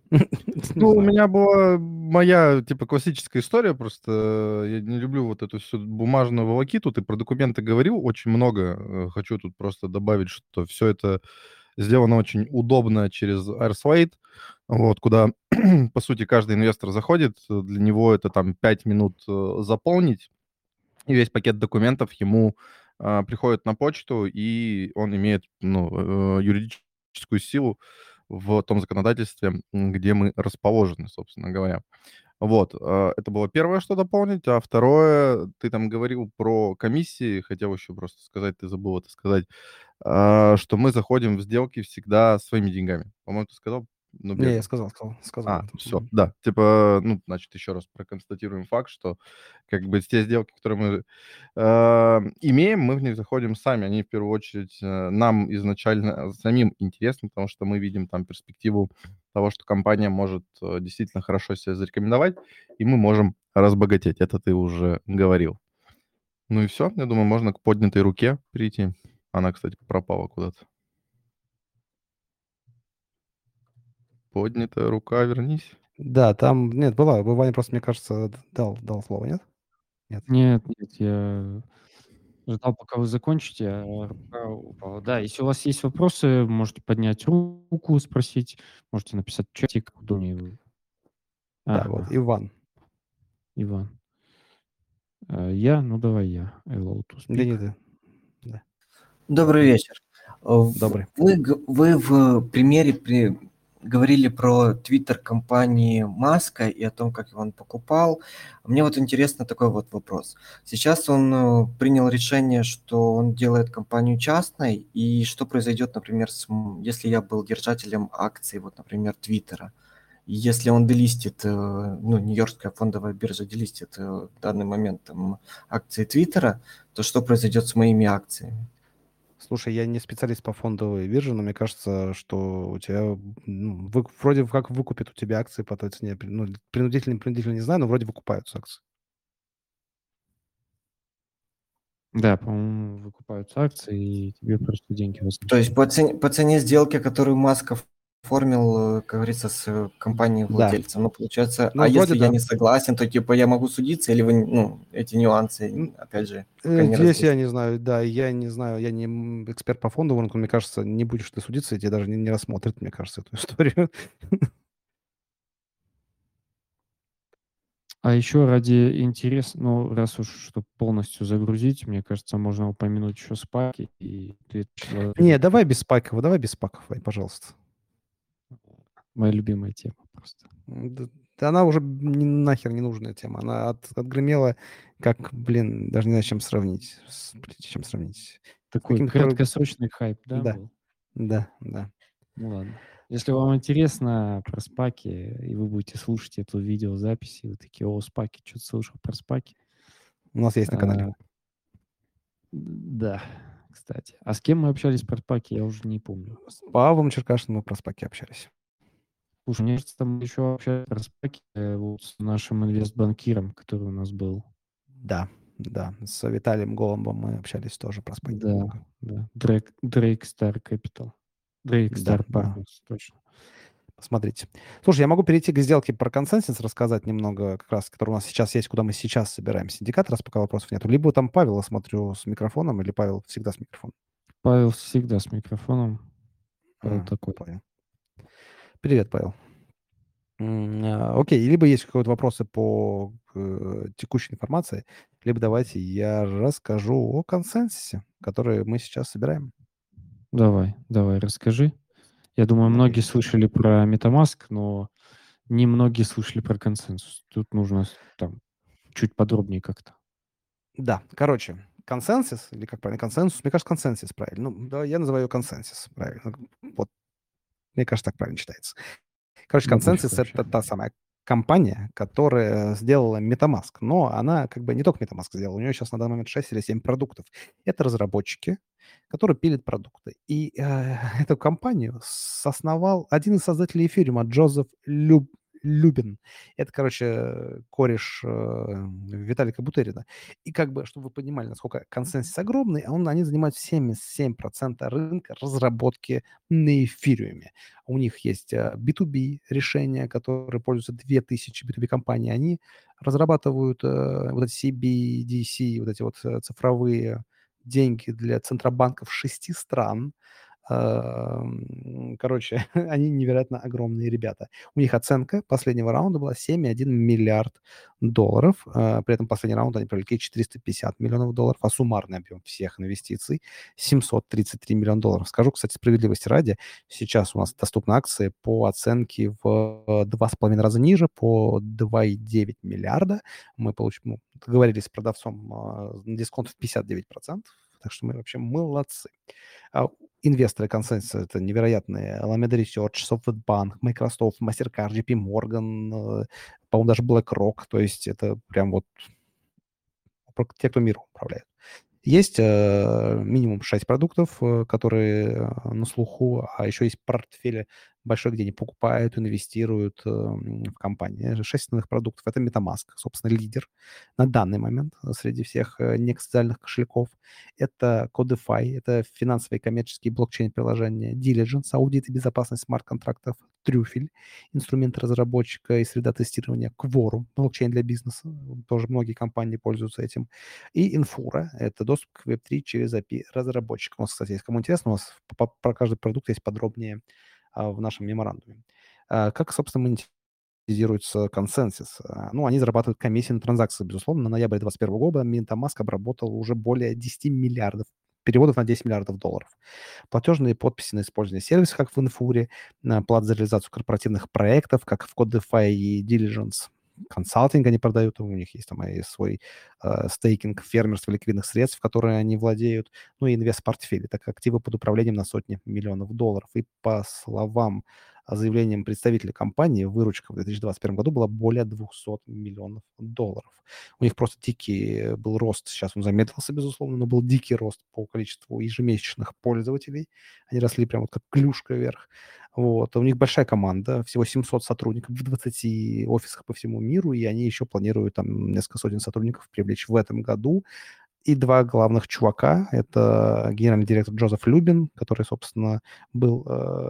Не Ну, у знаю. меня была моя, типа, классическая история, просто э, я не люблю вот эту всю бумажную волокиту. Ты про документы говорил очень много. Э, Хочу тут просто добавить, что все это сделано очень удобно через AirSlate, вот, куда, по сути, каждый инвестор заходит, э, для него это там пять минут э, заполнить, и весь пакет документов ему а, приходит на почту, и он имеет, ну, э, юридическую силу в том законодательстве, м, где мы расположены, собственно говоря. Вот, а, это было первое, что дополнить. А второе, ты там говорил про комиссии, хотел еще просто сказать, ты забыл это сказать, а, что мы заходим в сделки всегда своими деньгами. По-моему, ты сказал, но Не, я без... сказал, сказал, сказал А, это. все, Мгм. да. Типа, ну, значит, еще раз проконстатируем факт, что как бы те сделки, которые мы а, имеем, мы в них заходим сами. Они в первую очередь э, нам изначально самим интересны, потому что мы видим там перспективу того, что компания может э, действительно хорошо себя зарекомендовать, и мы можем разбогатеть. Это ты уже говорил. Ну и все. Я думаю, можно к поднятой руке перейти. Она, кстати, пропала куда-то. Поднятая рука, вернись. Да, там, нет, была, Ваня просто, мне кажется, дал, дал слово, нет? Нет. Нет, нет, я Ждал, пока вы закончите, а рука упала. Да, если у вас есть вопросы, можете поднять руку, спросить, можете написать в чатик, как удобнее вы. Да, вот, Ага, Иван. Иван. Э, я? Ну, давай я. Allow to Да speak. не ты. Да. Добрый Окей. вечер. Э, в- Добрый. Вы, г- вы в примере при, говорили про твиттер компании Маска и о том, как его он покупал. Мне вот интересно такой вот вопрос. Сейчас он э, принял решение, что он делает компанию частной, и что произойдет, например, с, м- если я был держателем акций, вот, например, Твиттера. И Если он делистит, э, ну, Нью-Йоркская фондовая биржа делистит э, в данный момент там, акции Твиттера, то что произойдет с моими акциями? Слушай, я не специалист по фондовой бирже, но мне кажется, что у тебя, ну, вы- вроде как выкупят у тебя акции по той цене. При- Ну, принудительно, принудительно не знаю, но вроде выкупаются акции. Да, по-моему, выкупаются акции, и тебе просто деньги То есть возвращают. по цене, по цене сделки, которую Маск оформил, э, как говорится, с э, компанией Да. владельцем. Ну, получается, Ну, а вроде если я да. не согласен, то типа я могу судиться, или вы, ну, эти нюансы, М, опять же, пока Э, не Здесь я разъяснили? не знаю, да, я не знаю, я не м, эксперт по фондовому рынку, мне кажется, не будешь ты судиться, и тебе даже не, не рассмотрят, мне кажется, эту историю. А еще ради интереса, ну, раз уж чтобы полностью загрузить, мне кажется, можно упомянуть еще спайки и две тысячи двадцать первый Не, давай год. без спайков, давай без спайков, Вань, пожалуйста. Моя любимая тема просто. М, Да, да она уже не, нахер не нужная тема. Она от- отгремела, как, блин, даже не знаю, с чем сравнить. С, блин, с чем сравнить. С Такой каким-то... про- краткосрочный хайп, да, Да, был? да, да. Ну ладно. Если вам интересно про спаки, и вы будете слушать эту видеозапись, и вы такие: о, спаки, что-то слышал про спаки. У нас есть на канале. А, да, кстати. А с кем мы общались про спаки, я уже не помню. С Павлом Черкашиным мы про спаки общались. Слушай, мне кажется, мы еще общались про спаки э, вот с нашим инвестбанкиром, который у нас был. Да, да. С Виталием Голубом мы общались тоже про спаки Да, немного. да. Дрейк, Дрейк Star Capital. Дрейк Да, Star да. Partners, точно. Посмотрите. Слушай, я могу перейти к сделке про консенсус, рассказать немного, как раз, который у нас сейчас есть, куда мы сейчас собираем синдикат, раз пока вопросов нет. Либо там Павел, я смотрю, с микрофоном, или Павел всегда с микрофоном. Павел всегда с микрофоном. Павел А, такой. понял. Привет, Павел. М, а, Окей, либо есть какие-то вопросы по э, текущей информации, либо давайте я расскажу о консенсусе, который мы сейчас собираем. Давай, давай, расскажи. Я думаю, Ну, многие Окей. слышали про MetaMask, но не многие слышали про консенсус. Тут нужно с- там чуть подробнее как-то. Да, короче, консенсус, или как правильно, консенсус, мне кажется, консенсус правильно. Ну, да, я называю его консенсус, правильно. Вот, мне кажется, так правильно читается. Короче, Любовь консенсус — вообще. это та самая компания, которая сделала MetaMask, но она как бы не только MetaMask сделала, у нее сейчас на данный момент шесть или семь продуктов. Это разработчики, которые пилят продукты. И э, эту компанию основал один из создателей эфириума, Джозеф Люб, Любин. Это, короче, кореш э, Виталика Бутерина. И как бы, чтобы вы понимали, насколько консенсус огромный, а он, они занимают семьдесят семь процентов рынка разработки на эфириуме. У них есть э, би ту би решения, которые пользуются две тысячи би ту би компаний. Они разрабатывают э, вот эти си би ди си, вот эти вот э, цифровые деньги для центробанков шести стран. Эм, Короче, они невероятно огромные ребята. У них оценка последнего раунда была семь целых один миллиард долларов. Э, При этом последний раунд они привлекли четыреста пятьдесят миллионов долларов, а суммарный объем всех инвестиций семьсот тридцать три миллиона долларов. Скажу, кстати, справедливости ради, сейчас у нас доступны акции по оценке в два с половиной раза ниже, по два и девять миллиарда. Мы получим, ну, договорились с продавцом э, на дисконт в пятьдесят девять процентов, так что мы вообще молодцы. А инвесторы консенсуса — это невероятные. Alameda Research, SoftBank, Microsoft, MasterCard, джей пи Morgan, э, по-моему, даже BlackRock. То есть это прям вот про- те, кто миром управляет. Есть э, минимум шесть продуктов, э, которые э, на слуху, а еще есть портфели большой, где они покупают, инвестируют э, в компании. Шесть основных продуктов. Это MetaMask, собственно, лидер на данный момент среди всех э, некоциальных кошельков. Это Codify, это финансовые коммерческие блокчейн-приложения, Diligence, аудит и безопасность смарт-контрактов, Трюфель, инструменты разработчика и среда тестирования, Quorum, блокчейн для бизнеса, тоже многие компании пользуются этим, и Infura, это доступ к веб три через эй пи ай разработчика. У нас, кстати, если кому интересно, у нас по- про каждый продукт есть подробнее а, в нашем меморандуме. А, как, собственно, монетизируется консенсус? А, Ну, они зарабатывают комиссии на транзакции, безусловно. На ноябрь двадцать первого года MetaMask обработал уже более десять миллиардов переводов на десять миллиардов долларов. Платежные подписи на использование сервиса, как в Инфуре, на плат за реализацию корпоративных проектов, как в Codify и Diligence. Консалтинг они продают, у них есть там и свой э, стейкинг, фермерство ликвидных средств, которые они владеют, ну и инвест-портфели, так как активы под управлением на сотни миллионов долларов. И по словам, а, заявлениям представителей компании, выручка в две тысячи двадцать первом году была более двухсот миллионов долларов. У них просто дикий был рост, сейчас он замедлился, безусловно, но был дикий рост по количеству ежемесячных пользователей. Они росли прям вот как клюшка вверх. Вот. У них большая команда, всего семьсот сотрудников в двадцати офисах по всему миру, и они еще планируют там несколько сотен сотрудников привлечь в этом году. И два главных чувака. Это генеральный директор Джозеф Любин, который, собственно, был...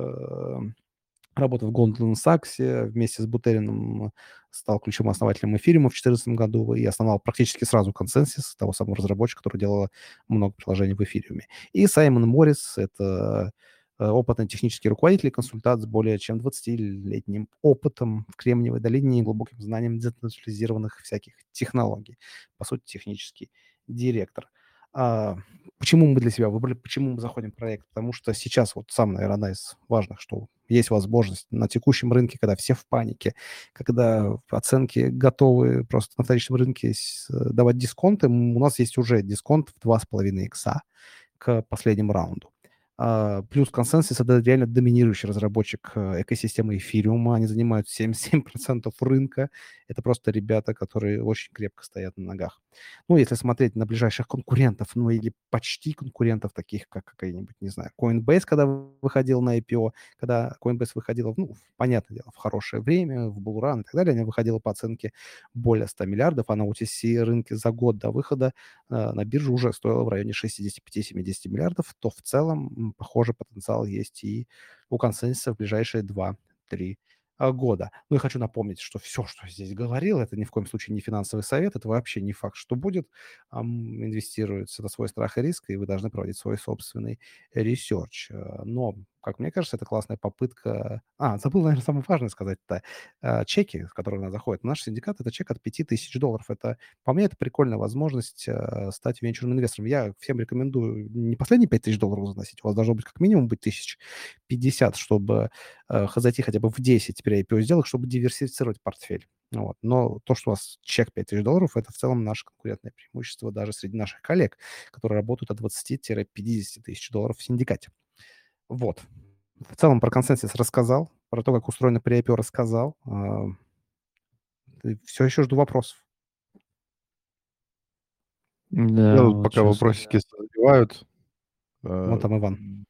э, работал в Goldman Sachs, вместе с Бутерином стал ключевым основателем эфириума в две тысячи четырнадцатом году и основал практически сразу консенсус, того самого разработчика, который делал много приложений в эфириуме. И Саймон Моррис — это э, опытный технический руководитель и консультант с более чем двадцатилетним опытом в Кремниевой долине и глубоким знанием децентрализированных всяких технологий. По сути, технический директор. А, Почему мы для себя выбрали, почему мы заходим в проект? Потому что сейчас вот сам, наверное, одна из важных, что есть возможность на текущем рынке, когда все в панике, когда оценки готовы просто на вторичном рынке с- давать дисконты. М, У нас есть уже дисконт в два с половиной икса к последнему раунду. А, плюс консенсус — это реально доминирующий разработчик э, экосистемы эфириума. Они занимают семьдесят семь процентов рынка. Это просто ребята, которые очень крепко стоят на ногах. Ну, если смотреть на ближайших конкурентов, ну или почти конкурентов, таких как какая-нибудь, не знаю, Coinbase, когда выходил на ай пи о, когда Coinbase выходила, ну, в- понятное дело, в хорошее время, в Bullrun и так далее, она выходила по оценке более ста миллиардов, а на о ти си рынке за год до выхода э, на бирже уже стоила в районе шестидесяти пяти семидесяти миллиардов, то в целом, м, похоже, потенциал есть и у консенсуса в ближайшие два-три а, года. Ну и хочу напомнить, что все, что я здесь говорил, это ни в коем случае не финансовый совет, это вообще не факт, что будет. Ам, инвестируется на свой страх и риск, и вы должны проводить свой собственный ресерч. Э, Но, как мне кажется, это классная попытка... А, забыл, наверное, самое важное сказать-то. Э, Чеки, в которые она заходит. Наш синдикат — это чек от пяти тысяч долларов. Это, по мне, это прикольная возможность э, стать венчурным инвестором. Я всем рекомендую не последние пять тысяч долларов заносить, у вас должно быть как минимум быть тысяч пятьдесят, чтобы э, зайти хотя бы в десять при ай пи о сделок, чтобы диверсифицировать портфель. Вот. Но то, что у вас чек пять тысяч долларов, это в целом наше конкурентное преимущество даже среди наших коллег, которые работают от двадцати-пятидесяти тысяч долларов в синдикате. Вот. В целом про консенсус рассказал, про то, как устроено при ай пи о рассказал. Все еще жду вопросов. Я Да, тут вот пока сейчас. вопросики созревают. Вон э, там Иван.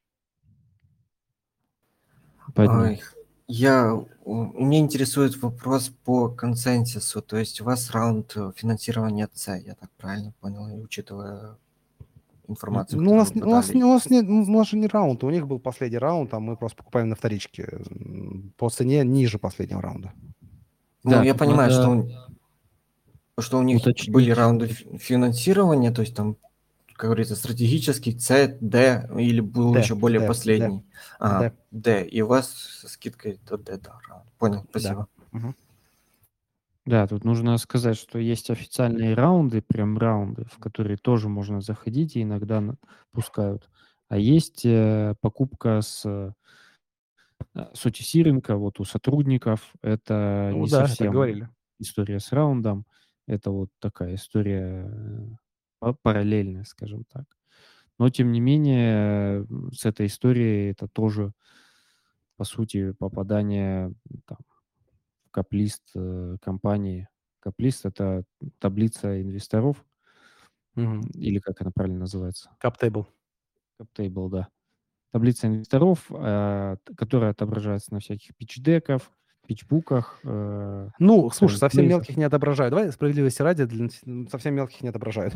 Поднял. Ой, я, у- меня интересует вопрос по консенсусу. То есть у вас раунд э, финансирования С, я так правильно понял, и учитывая информацию, Ну, у которую нас, вы у нас, подали. не- у нас, не, у нас же не раунд, у них был последний раунд, а мы просто покупаем на вторичке м, по цене ниже последнего раунда. Ну, Да, я тут понимаю, что, надо у- что у них были уточнить. раунды фи- финансирования, то есть там, как говорится, стратегический С, Д, или был Д, еще более Д, Д, последний. Ага, Д, Д, и у вас со скидкой до Д, да, раунд. Понял, да. спасибо. Мгм. Да, тут нужно сказать, что есть официальные раунды, прям раунды, в которые тоже можно заходить и иногда на- пускают. А есть э, покупка с, э, с о ти си рынка, вот у сотрудников. Это Ну не да, так совсем говорили. история с раундом. Это вот такая история э, па- параллельная, скажем так. Но, тем не менее, э, с этой историей это тоже, по сути, попадание м, там, в кап-лист э, компании. Кап-лист — это таблица инвесторов, Мгм. или как она правильно называется? Cap table. Cap-table, да. таблица инвесторов, э, т- которая отображается на всяких питч-деках, питчбуках, э, Ну, слушай, private совсем plays. мелких не отображают. Давай справедливости ради, для нас- м, совсем мелких не отображают.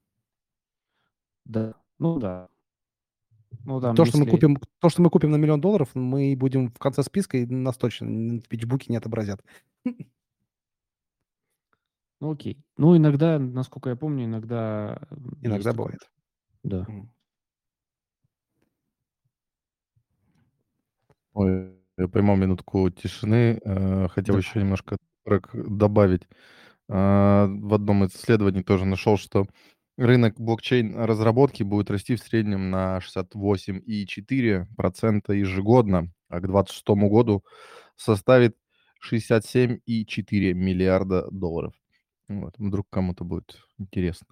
Да, ну да. Ну там, То, что мы если... купим, то, что мы купим на миллион долларов, мы будем в конце списка, и нас точно н- в питчбуке не отобразят. Ну окей. Ну иногда, насколько я помню, иногда м, есть Иногда такое. бывает. Да. Мгм. Ой, я поймал минутку тишины. э, Хотел Да. еще немножко трек добавить. А, В одном из исследований тоже нашел, что рынок блокчейн-разработки будет расти в среднем на шестьдесят восемь и четыре процента ежегодно, а к двадцать шестому году составит шестьдесят семь и четыре миллиарда долларов. Вот, вдруг кому-то будет интересно.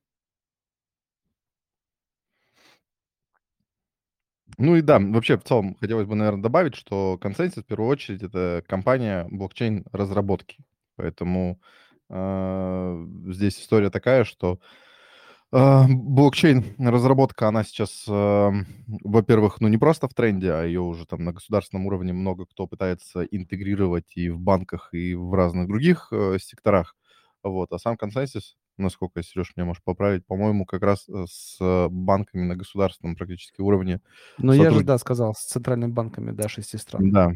Ну и да, вообще в целом хотелось бы, наверное, добавить, что Consensus в первую очередь это компания блокчейн-разработки. Поэтому а, здесь история такая, что а, блокчейн-разработка, она сейчас, а, во-первых, ну не просто в тренде, а ее уже там на государственном уровне много кто пытается интегрировать и в банках, и в разных других э, секторах. Вот. А сам Consensus, насколько, Сереж, меня можешь поправить, по-моему, как раз э, с банками на государственном практически уровне Но я же, сотрудничает. да, сказал, с центральными банками, да, шести стран. Да,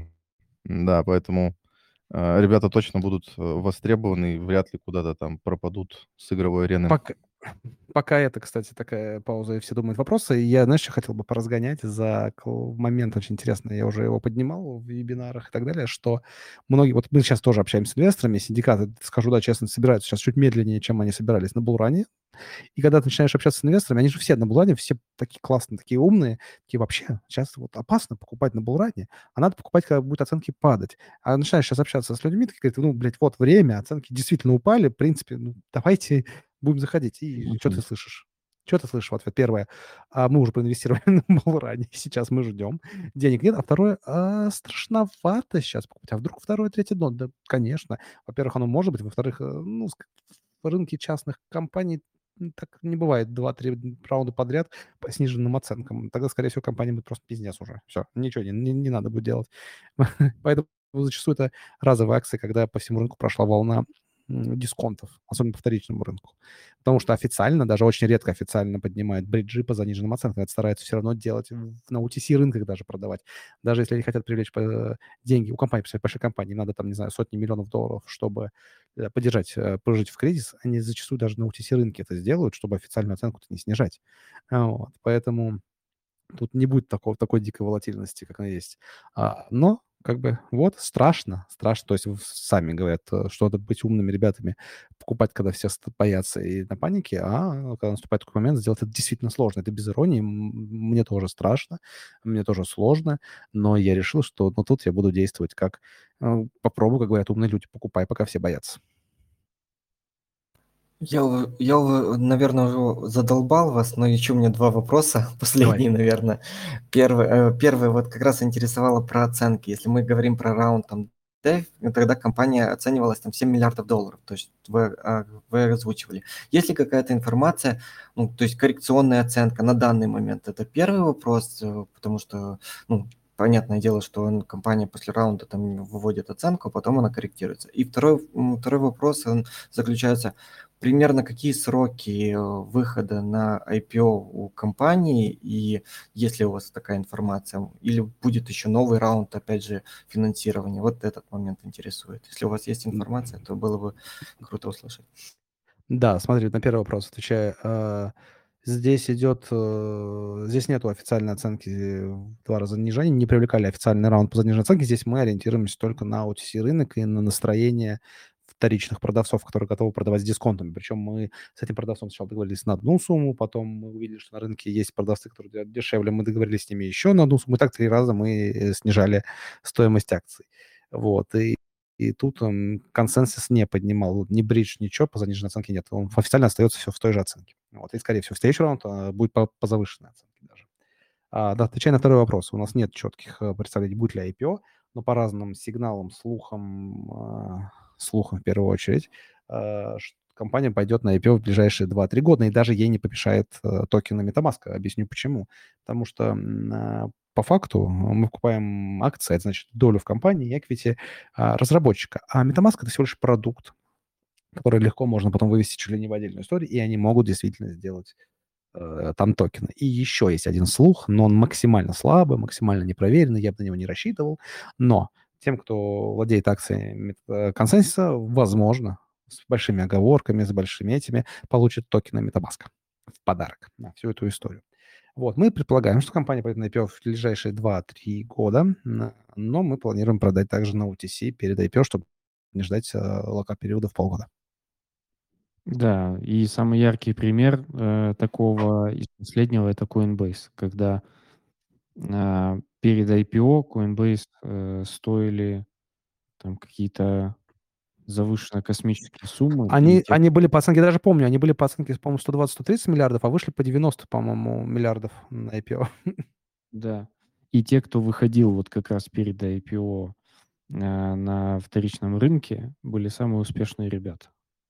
да, поэтому э, ребята точно будут э, востребованы и вряд ли куда-то там пропадут с игровой арены. Пока, пока это, кстати, такая пауза, и все думают вопросы, я, знаешь, что хотел бы поразгонять за кл- момент очень интересный, я уже его поднимал в вебинарах и так далее, что многие, вот мы сейчас тоже общаемся с инвесторами, синдикаты, скажу, да, честно, собираются сейчас чуть медленнее, чем они собирались на Булране, и когда ты начинаешь общаться с инвесторами, они же все на Булране, все такие классные, такие умные, такие вообще, сейчас вот опасно покупать на Булране, а надо покупать, когда будут оценки падать. А начинаешь сейчас общаться с людьми, такие говорят, ну, блядь, вот время, оценки действительно упали, в принципе, ну, давайте будем заходить. И что ты Мгм. слышишь? Что ты слышишь в ответ? Первое, а мы уже проинвестировали на Булране, сейчас мы ждем, денег нет. А второе, а страшновато сейчас покупать. А вдруг второе, третье дно? Да, конечно. Во-первых, оно может быть. Во-вторых, э, ну, ск- в рынке частных компаний м, так не бывает два-три раунда подряд по сниженным оценкам. Тогда, скорее всего, компания будет просто пиздец уже. Все, ничего не, не, не надо будет делать. Поэтому зачастую это разовые акции, когда по всему рынку прошла волна м, дисконтов, особенно по вторичному рынку. Потому что официально, даже очень редко официально поднимают бриджи по заниженным оценкам. Это стараются все равно делать в- на о ти си рынках даже продавать. Даже если они хотят привлечь э, деньги у компании, представь, большой компании, надо там, не знаю, сотни миллионов долларов, чтобы э, поддержать, э, прожить в кризис, они зачастую даже на о ти си рынке это сделают, чтобы официальную оценку не снижать. А, Вот. Поэтому тут не будет такого, такой дикой волатильности, как она есть. А, но, как бы, вот, страшно, страшно. То есть в- сами говорят, э, что надо быть умными ребятами, покупать, когда все ст- боятся и на панике, а когда наступает такой момент, сделать это действительно сложно. Это без иронии. М, Мне тоже страшно, мне тоже сложно, но я решил, что ну, тут я буду действовать как... э, Попробую, как говорят умные люди, покупай, пока все боятся. Я, у- я, наверное, уже задолбал вас, но еще у меня два вопроса, последние, Давай. наверное. Первый, э, первый вот как раз интересовало про оценки. Если мы говорим про раунд там D, тогда компания оценивалась там семь миллиардов долларов, то есть вы, а, вы озвучивали. Есть ли какая-то информация, ну, то есть коррекционная оценка на данный момент? Это первый вопрос, э, потому что, ну, понятное дело, что он- компания после раунда там выводит оценку, а потом она корректируется. И второй, м, второй вопрос, он заключается примерно какие сроки э, выхода на ай пи о у компании, и есть ли у вас такая информация, или будет еще новый раунд, опять же, финансирования? Вот этот момент интересует. Если у вас есть информация, то было бы круто услышать. Да, смотри, на первый вопрос отвечаю. А, Здесь идет, э, здесь нету официальной оценки в два раза занижения, не привлекали официальный раунд по заниженной оценке. Здесь мы ориентируемся только на о ти си рынок и на настроение вторичных продавцов, которые готовы продавать с дисконтами. Причем мы с этим продавцом сначала договорились на одну сумму, потом мы увидели, что на рынке есть продавцы, которые делают дешевле, мы договорились с ними еще на одну сумму. И так три раза мы э, снижали стоимость акций. Вот. И и тут м, консенсус не поднимал ни бридж, ничего, по заниженной оценке нет. Он официально остается все в той же оценке. Вот. И, скорее всего, в следующий раунд а, будет по, по завышенной оценке даже. А, да, отвечая на второй вопрос. У нас нет четких э, представлений, будет ли ай пи о, но по разным сигналам, слухам, а, слухам в первую очередь, а, ш- компания пойдет на ай пи о в ближайшие два-три года, и даже ей не помешает а, токены MetaMask. Объясню почему. Потому что м, а, по факту мы покупаем акции, это значит долю в компании, equity а, разработчика. А MetaMask — это всего лишь продукт, который легко можно потом вывести чуть ли не в отдельную историю, и они могут действительно сделать э, там токены. И еще есть один слух, но он максимально слабый, максимально непроверенный, я бы на него не рассчитывал, но тем, кто владеет акциями э, консенсуса, возможно, с большими оговорками, с большими этими, получит токены MetaMask в подарок на всю эту историю. Вот, мы предполагаем, что компания пойдет на ай пи о в ближайшие два-три года, н- но мы планируем продать также на о ти си перед ай пи о, чтобы не ждать э, локап-периода в полгода. Да, и самый яркий пример э, такого из последнего — это Coinbase, когда а, перед ай пи о Coinbase э, стоили там какие-то завышенно космические суммы, и Они, те, они были по оценке, я даже помню, они были по оценке, по-моему, сто двадцать сто тридцать миллиардов, а вышли по девяносто, по-моему, миллиардов на ай пи о. да, и те, кто выходил вот как раз перед ай пи о а, на вторичном рынке, были самые успешные ребята,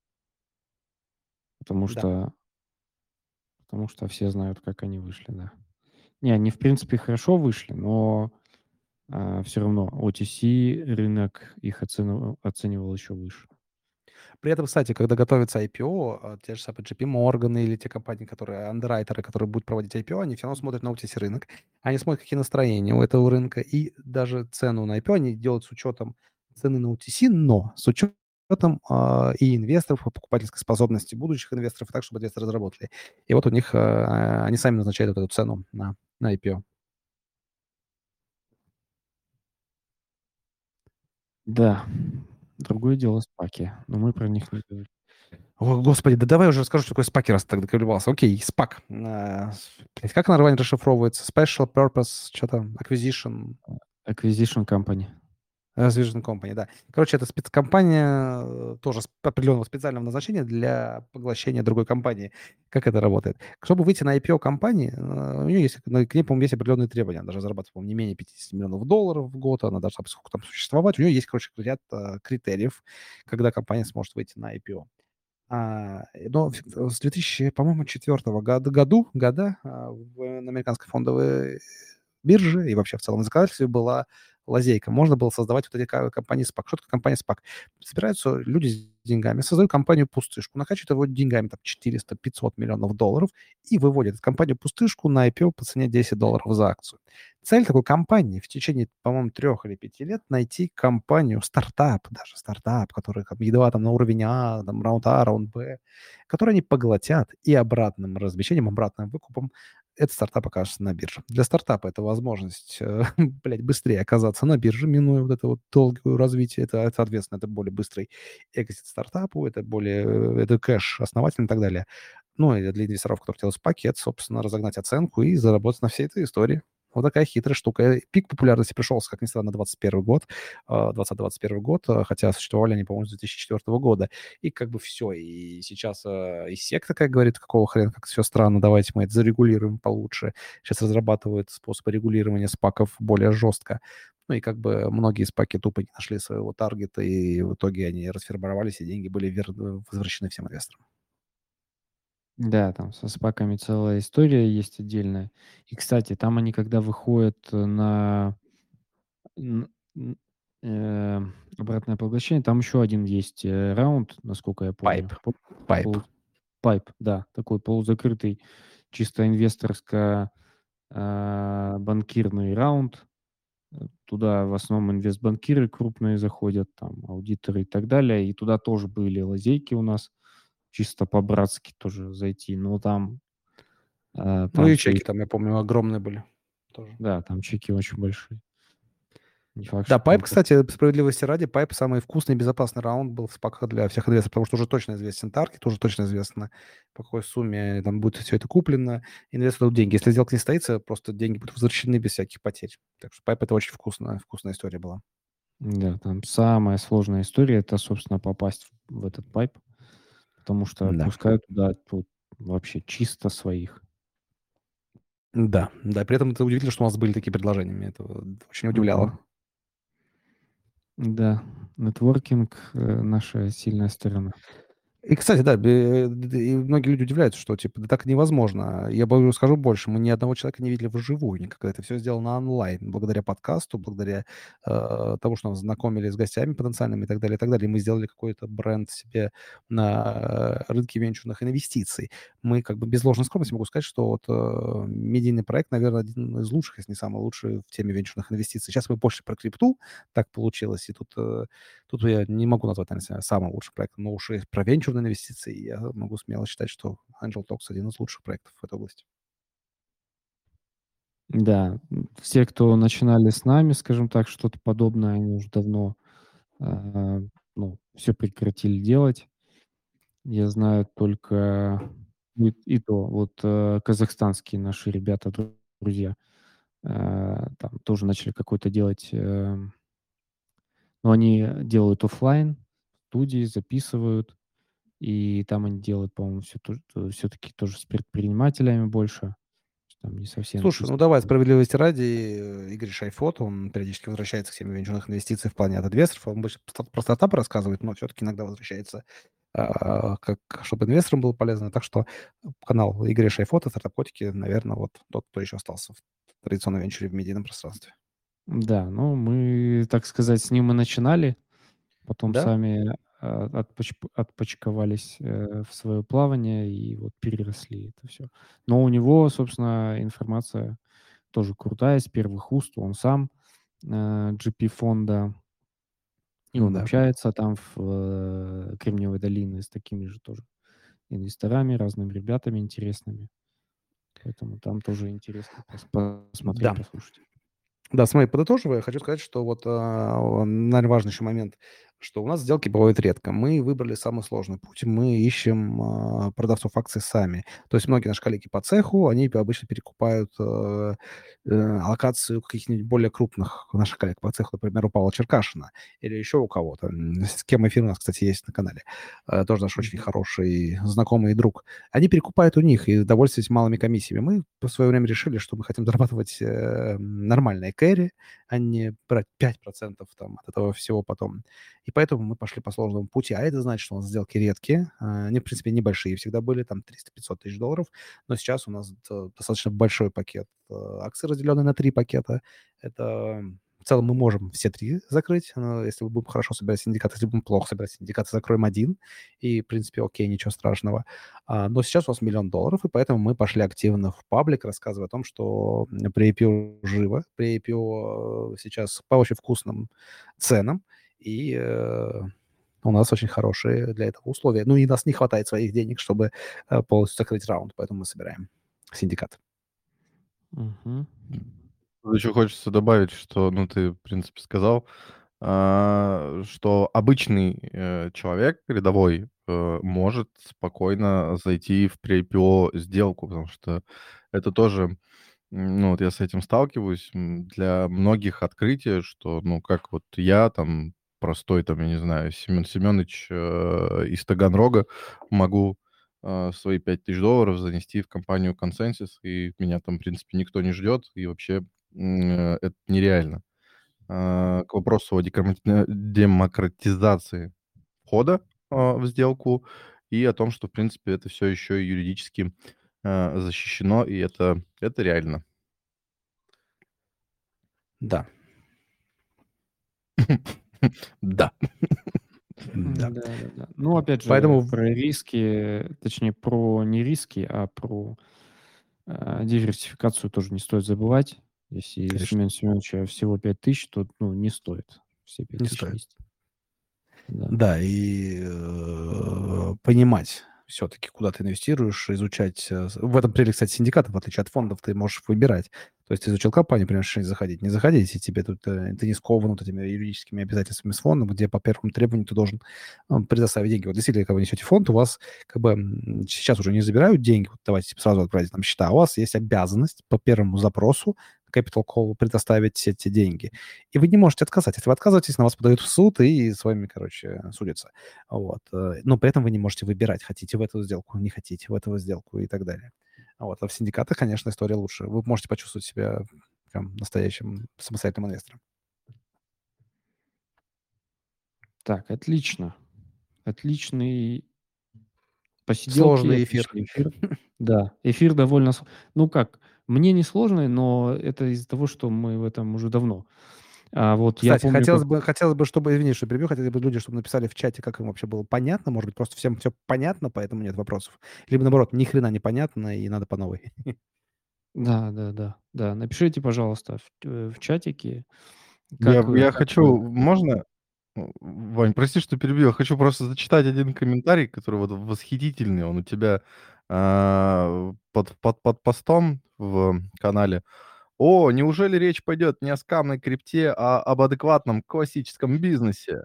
потому Да. что, потому что все знают, как они вышли, да. Не, они в принципе хорошо вышли, но все равно о ти си рынок их оценивал, оценивал еще выше. При этом, кстати, когда готовится ай пи о, а, те же самые джей пи Morgan или те компании, которые андеррайтеры, которые будут проводить ай пи о, они все равно смотрят на о ти си рынок, они смотрят, какие настроения у этого рынка, и даже цену на ай пи о они делают с учетом цены на о ти си, но с учетом а, и инвесторов, и покупательской способности будущих инвесторов, так, чтобы инвесторы заработали. И вот у них, а, они сами назначают вот эту цену на, на ай пи о. Да, другое дело спаки, но мы про них не говорим. О, господи, да давай уже расскажу, что такое спаки, раз ты так доколебался. Окей, спак. А, блядь, как название расшифровывается? Special Purpose, что-то, Acquisition, Acquisition Company. Vision Company, да. Короче, это спецкомпания э, тоже с определенного специального назначения для поглощения другой компании. Как это работает? Чтобы выйти на ай пи о компании, э, у нее есть, на- к ней, по-моему, есть определенные требования. Она даже зарабатывает, по-моему, не менее пятьдесят миллионов долларов в год, она должна сколько там существовать. У нее есть, короче, ряд э, критериев, когда компания сможет выйти на ай пи о. А, но в с две тысячи, по-моему, четвёртого года году года, а, в на американской фондовой бирже и вообще в целом в законодательстве была лазейка. Можно было создавать вот эти ка компании спак. Что такое компания спак? Собираются люди с деньгами, создают компанию-пустышку, накачивают его деньгами, там, четыреста-пятьсот миллионов долларов и выводят эту компанию-пустышку на ай пи о по цене десять долларов за акцию. Цель такой компании в течение, по-моему, трех или пяти лет найти компанию, стартап, даже стартап, который там едва там на уровень А, там раунд А, раунд Б, который они поглотят и обратным размещением, обратным выкупом этот стартап окажется на бирже. Для стартапа это возможность, э, блядь, быстрее оказаться на бирже, минуя вот это вот долгое развитие. Это, это, соответственно, это более быстрый экзит стартапу, это более, э, это кэш основательный и так далее. Ну, и для инвесторов, которые делают пакет, собственно, разогнать оценку и заработать на всей этой истории. Вот такая хитрая штука. Пик популярности пришелся, как ни странно, на двадцать первый год, а, двадцать двадцать первый год, а, хотя существовали они, по-моему, с две тысячи четвёртого года. И как бы все. И сейчас э, и сек такая говорит, какого хрена, как все странно, давайте мы это зарегулируем получше. Сейчас разрабатывают способы регулирования спаков более жестко. Ну и как бы многие спаки тупо не нашли своего таргета, и в итоге они расформировались, и деньги были вер- возвращены всем инвесторам. Да, там со спаками целая история есть отдельная. И, кстати, там они, когда выходят э, на н- н- э, обратное поглощение, там еще один есть э, раунд, насколько я Пайп. помню. Пол- Пайп. полу- Пайп, да, такой полузакрытый, чисто инвесторско-банкирный раунд. Э, Туда в основном инвестбанкиры крупные заходят, там аудиторы и так далее. И туда тоже были лазейки у нас, чисто по-братски тоже зайти. Но там, э, Ну там и все, чеки там, я помню, огромные были тоже. да, там чеки очень большие. Не факт, Да, что там Пайп, просто... кстати, справедливости ради, Пайп самый вкусный и безопасный раунд был в спаках для всех инвесторов, потому что уже точно известен таргет, уже точно известно, по какой сумме там будет все это куплено. Инвестору дадут деньги. Если сделка не состоится, просто деньги будут возвращены без всяких потерь. Так что Пайп — это очень вкусная, вкусная история была. Да, там самая сложная история — это, собственно, попасть в, в этот пайп, потому что Да. пускают туда тут вообще чисто своих. Да, да, при этом это удивительно, что у нас были такие предложения. Меня это очень Мгм. удивляло. Да, нетворкинг э, наша сильная сторона. И, кстати, да, бе- д- и многие люди удивляются, что, типа, да так невозможно. Я бы скажу больше, мы ни одного человека не видели вживую никогда. Это все сделано онлайн, благодаря подкасту, благодаря э, тому, что нас знакомили с гостями потенциальными и так далее, и так далее. И мы сделали какой-то бренд себе на э, рынке венчурных инвестиций. Мы, как бы, без ложной скромности могу сказать, что вот э, медийный проект, наверное, один из лучших, если не самый лучший в теме венчурных инвестиций. Сейчас мы больше про крипту, так получилось, и тут э, Тут я не могу назвать, наверное, самым лучшим проектом, но уж и про венчурные инвестиции я могу смело считать, что Angel Talks один из лучших проектов в этой области. Да, м, все, кто начинали с нами, скажем так, что-то подобное, они уже давно, а, ну, все прекратили делать. Я знаю только и и то, вот, э, казахстанские наши ребята, дру- друзья, э, там тоже начали какой-то делать, эм, но они делают оффлайн, студии записывают, и там они делают, по-моему, все все-таки тоже с предпринимателями больше, там не совсем Слушай, ну чисто. давай, справедливости ради, э, Игорь Шайфот, он периодически возвращается к теме венчурных инвестиций в плане от инвесторов. Он больше про про стартапы рассказывает, но все-таки иногда возвращается, а, как, чтобы инвесторам было полезно. Так что канал Игоря Шайфота, стартап-котики, наверное, вот тот, кто еще остался в традиционном венчуре в медийном пространстве. Да, ну, мы, так сказать, с ним и начинали, потом Да? сами, а, отпочп отпочковались, э, в свое плавание и вот переросли это все. Но у него, собственно, информация тоже крутая, с первых уст. Он сам, э, джи пи фонда, и он Да. общается там в, э, Кремниевой долине с такими же тоже инвесторами, разными ребятами интересными. Поэтому там тоже интересно пос посмотреть, Да. послушать. Да, смотри, подытоживая, хочу сказать, что вот, а, наверное, важный еще момент, что у нас сделки бывают редко. Мы выбрали самый сложный путь. Мы ищем а, продавцов акций сами. То есть многие наши коллеги по цеху, они обычно перекупают э, э, аллокацию каких-нибудь более крупных наших коллег по цеху, например, у Павла Черкашина или еще у кого-то. М, С кем эфир у нас, кстати, есть на канале. Э, Тоже наш очень Мгм. хороший знакомый и друг. Они перекупают у них и довольствуются малыми комиссиями. Мы в свое время решили, что мы хотим зарабатывать э, нормальные кэри, а не брать пять процентов там, от этого всего потом. И поэтому мы пошли по сложному пути. А это значит, что у нас сделки редкие. а, Они, в принципе, небольшие всегда были, там триста-пятьсот тысяч долларов. Но сейчас у нас д- достаточно большой пакет э, акций, разделенный на три пакета. Это в целом мы можем все три закрыть, но если мы будем хорошо собирать синдикат, если будем плохо собирать синдикат, закроем один, и, в принципе, окей, ничего страшного. А, но сейчас у нас миллион долларов, и поэтому мы пошли активно в паблик, рассказывая о том, что м, при ай пи о живо, при ай пи о сейчас по очень вкусным ценам, и э, у нас очень хорошие для этого условия. Ну и нас не хватает своих денег, чтобы э, полностью закрыть раунд, поэтому мы собираем синдикат. Мгм. Тут еще хочется добавить, что, ну, ты, в принципе, сказал, а, что обычный э, человек рядовой э, может спокойно зайти в при ай пи о сделку, потому что это тоже, м, ну, вот я с этим сталкиваюсь, м, для многих открытие, что, ну, как вот я там простой, там, я не знаю, Семен Семенович э, из Таганрога могу э, свои пять тысяч долларов занести в компанию «Консенсус», и меня там, в принципе, никто не ждет, и вообще м, э, это нереально. А, К вопросу о декарма- э, демократизации входа а, в сделку и о том, что, в принципе, это все еще юридически а, защищено, и это, это реально. Да, Да. да. Да-да-да. Ну, опять же, Поэтому, в- про риски, точнее, про не риски, а про, а, диверсификацию тоже не стоит забывать. Если конечно, Семен Семеновича всего пять тысяч, то, ну, не стоит все пять не тысяч стоит. нести. Да. Да, и э, понимать все-таки, куда ты инвестируешь, изучать. э, с- В этом прелесть, кстати, синдикатов, в отличие от фондов, ты можешь выбирать. То есть ты изучил компанию, понимаешь, что не заходить. Не заходить, если тебе тут э, ты не скован вот этими юридическими обязательствами с фондом, где по первому требованию ты должен э, предоставить деньги. Вот действительно, когда вы несете фонд, у вас как бы м, сейчас уже не забирают деньги, вот давайте типа, сразу отправить нам счета, а у вас есть обязанность по первому запросу Capital Call предоставить все эти деньги. И вы не можете отказать. Если вы отказываетесь, на вас подают в суд и с вами, короче, судятся. Вот. э, Но при этом вы не можете выбирать, хотите в эту сделку, не хотите в эту сделку и так далее. Вот. А в синдикатах, конечно, история лучше. Вы можете почувствовать себя прям настоящим самостоятельным инвестором. Так, отлично. Отличный посиделки, Сложный эфир. отличный эфир. Да, эфир довольно, с- ну как, мне не сложный, но это из-за того, что мы в этом уже давно. А вот я Кстати, помню, как... хотелось бы, хотелось бы, чтобы, извини, что перебью, хотелось бы люди, чтобы написали в чате, как им вообще было понятно. Может быть, просто всем все понятно, поэтому нет вопросов. Либо, наоборот, ни хрена не понятно, и надо по новой. Да, да, да, да. Напишите, пожалуйста, в, э, в чатике, Я, как, э, я как хочу, вы... можно, М, Вань, прости, что перебью. Я хочу просто зачитать один комментарий, который вот восхитительный. Он у тебя а, под, под, под постом в канале. О, неужели речь пойдет не о скамной крипте, а об адекватном классическом бизнесе?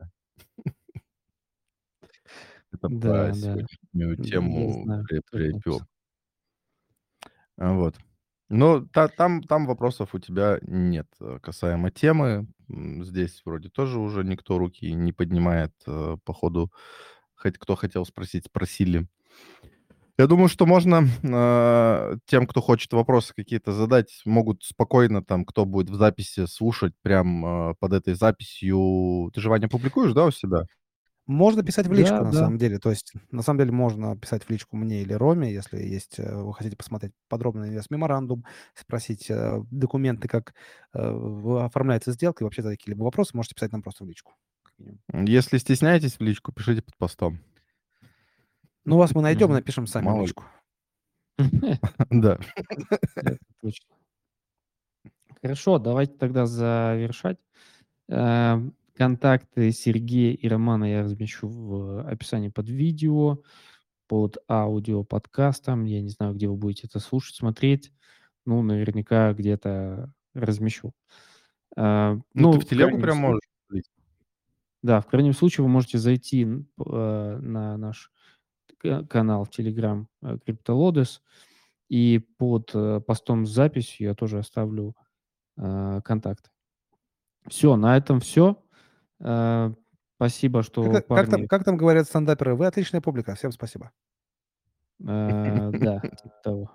Это про Да, да, сегодняшнюю да, я тему знаю, про, кто про это ай пи о. написал. А, Вот. Но та- там, там вопросов у тебя нет э, касаемо темы. М, Здесь вроде тоже уже никто руки не поднимает. э, Походу, хоть кто хотел спросить, спросили. Я думаю, что можно э, тем, кто хочет вопросы какие-то задать, могут спокойно там, кто будет в записи слушать, прям э, под этой записью. Ты же, Ваня, публикуешь, да, у себя? Можно писать в личку, Да, на да. самом деле. То есть, на самом деле, можно писать в личку мне или Роме, если есть, э, вы хотите посмотреть подробный инвест-меморандум, спросить э, документы, как э, в- оформляется сделка, и вообще за какие-либо вопросы, можете писать нам просто в личку. как минимум. Если стесняетесь в личку, пишите под постом. Ну, вас мы найдем и Мгм. напишем сами в Мало ли. личку. Да. Это точно. Хорошо, давайте тогда завершать. Э, Контакты Сергея и Романа я размещу в описании под видео, под аудио подкастом. Я не знаю, где вы будете это слушать, смотреть. Ну, наверняка где-то размещу. Э, Ну, ты Ну, в в телегу крайнем прям случае, можешь. влить. да, в крайнем случае вы можете зайти н- п- э, на наш к- канал в Telegram э, CryptoLodes, и под э, постом с записью я тоже оставлю э, контакт. Все, на этом все. Спасибо, что Как, как там, парни... как там говорят стендаперы, вы отличная публика. Всем спасибо. э, Да, типа того.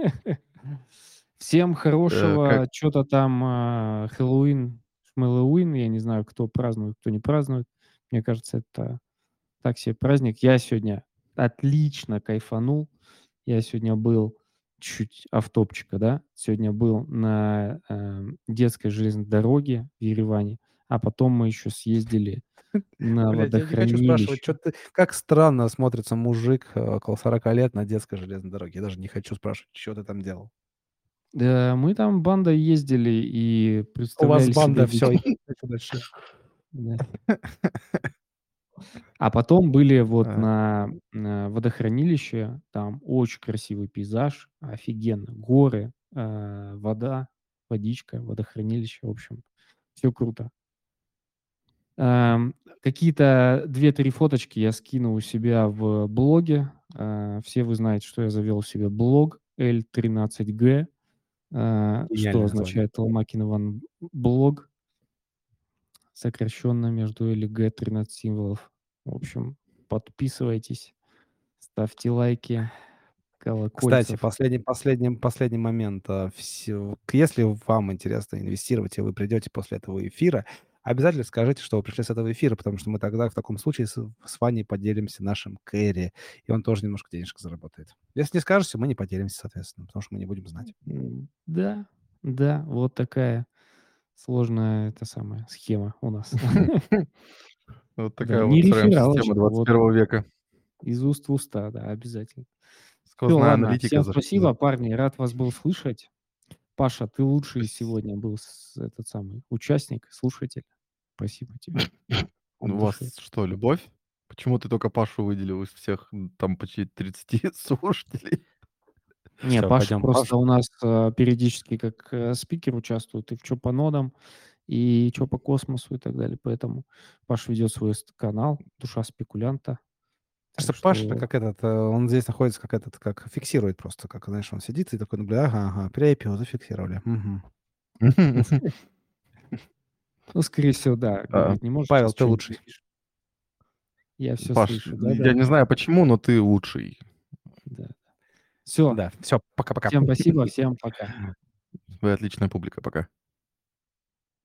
Всем Э, Как хорошего, что-то там э, Хэллоуин, Шмэллоуин, я не знаю, кто празднует, кто не празднует. Мне кажется, это так себе праздник. Я сегодня отлично кайфанул. Я сегодня был чуть автопчика, да, сегодня был на э, детской железной дороге в Ереване, а потом мы еще съездили на Блять, я не хочу спрашивать, что водохранилище. ты, как странно смотрится мужик э, около сорока лет на детской железной дороге. Я даже не хочу спрашивать, что ты там делал. Да, мы там бандой ездили и У вас представляли банда, себе все, дичь. дальше. Да. А потом были вот а, на, на водохранилище, там очень красивый пейзаж, офигенно, горы, э, вода, водичка, водохранилище, в общем, все круто. Эм, Какие-то две-три фоточки я скину у себя в блоге. Э, Все вы знаете, что я завел себе блог эл тринадцать джи, э, что Гениальное название. означает Ломакин Иван блог, сокращенно между L и G тринадцать символов. В общем, подписывайтесь, ставьте лайки, Кстати, колокольцев. последний, последний, последний момент. а, всё- к- Если вам интересно инвестировать, и вы придете после этого эфира, обязательно скажите, что вы пришли с этого эфира, потому что мы тогда в таком случае с, с Ваней поделимся нашим кэри, и он тоже немножко денежек заработает. Если не скажете, мы не поделимся, соответственно, потому что мы не будем знать. М, Да, да, вот такая сложная эта самая схема у нас. Вот Да, такая не вот цэ эм система рефералочка, двадцать вот первого века. из уст в уста, да, обязательно. Все, Сквозная ладно, аналитика. всем За, за- спасибо, парни, рад вас был слышать. Паша, ты лучший спас- сегодня был с- этот самый участник, слушатель. Спасибо тебе У от вас души. что, любовь? Почему ты только Пашу выделил из всех м, там почти тридцати слушателей? Не, Все, Паша пойдем. просто у нас э, периодически как э, спикер участвует и в «Чё по нодам», и «Чё по космосу» и так далее. Поэтому Паша ведет свой ст- канал «Душа спекулянта». Кажется, Так Паша, это что как этот, э, он здесь находится, как этот, как фиксирует просто, как, знаешь, он сидит и такой, ну, бля, ага, ага, при ай пи о зафиксировали. Мгм. ну, скорее всего, да, А, говорит, не можешь Павел, сейчас ты что-нибудь лучший. напишешь. Я все Паш, слышу, я да-да. не знаю почему, но ты лучший. Да. Все, Да, все, пока-пока. всем спасибо, всем пока. Вы отличная публика. Пока.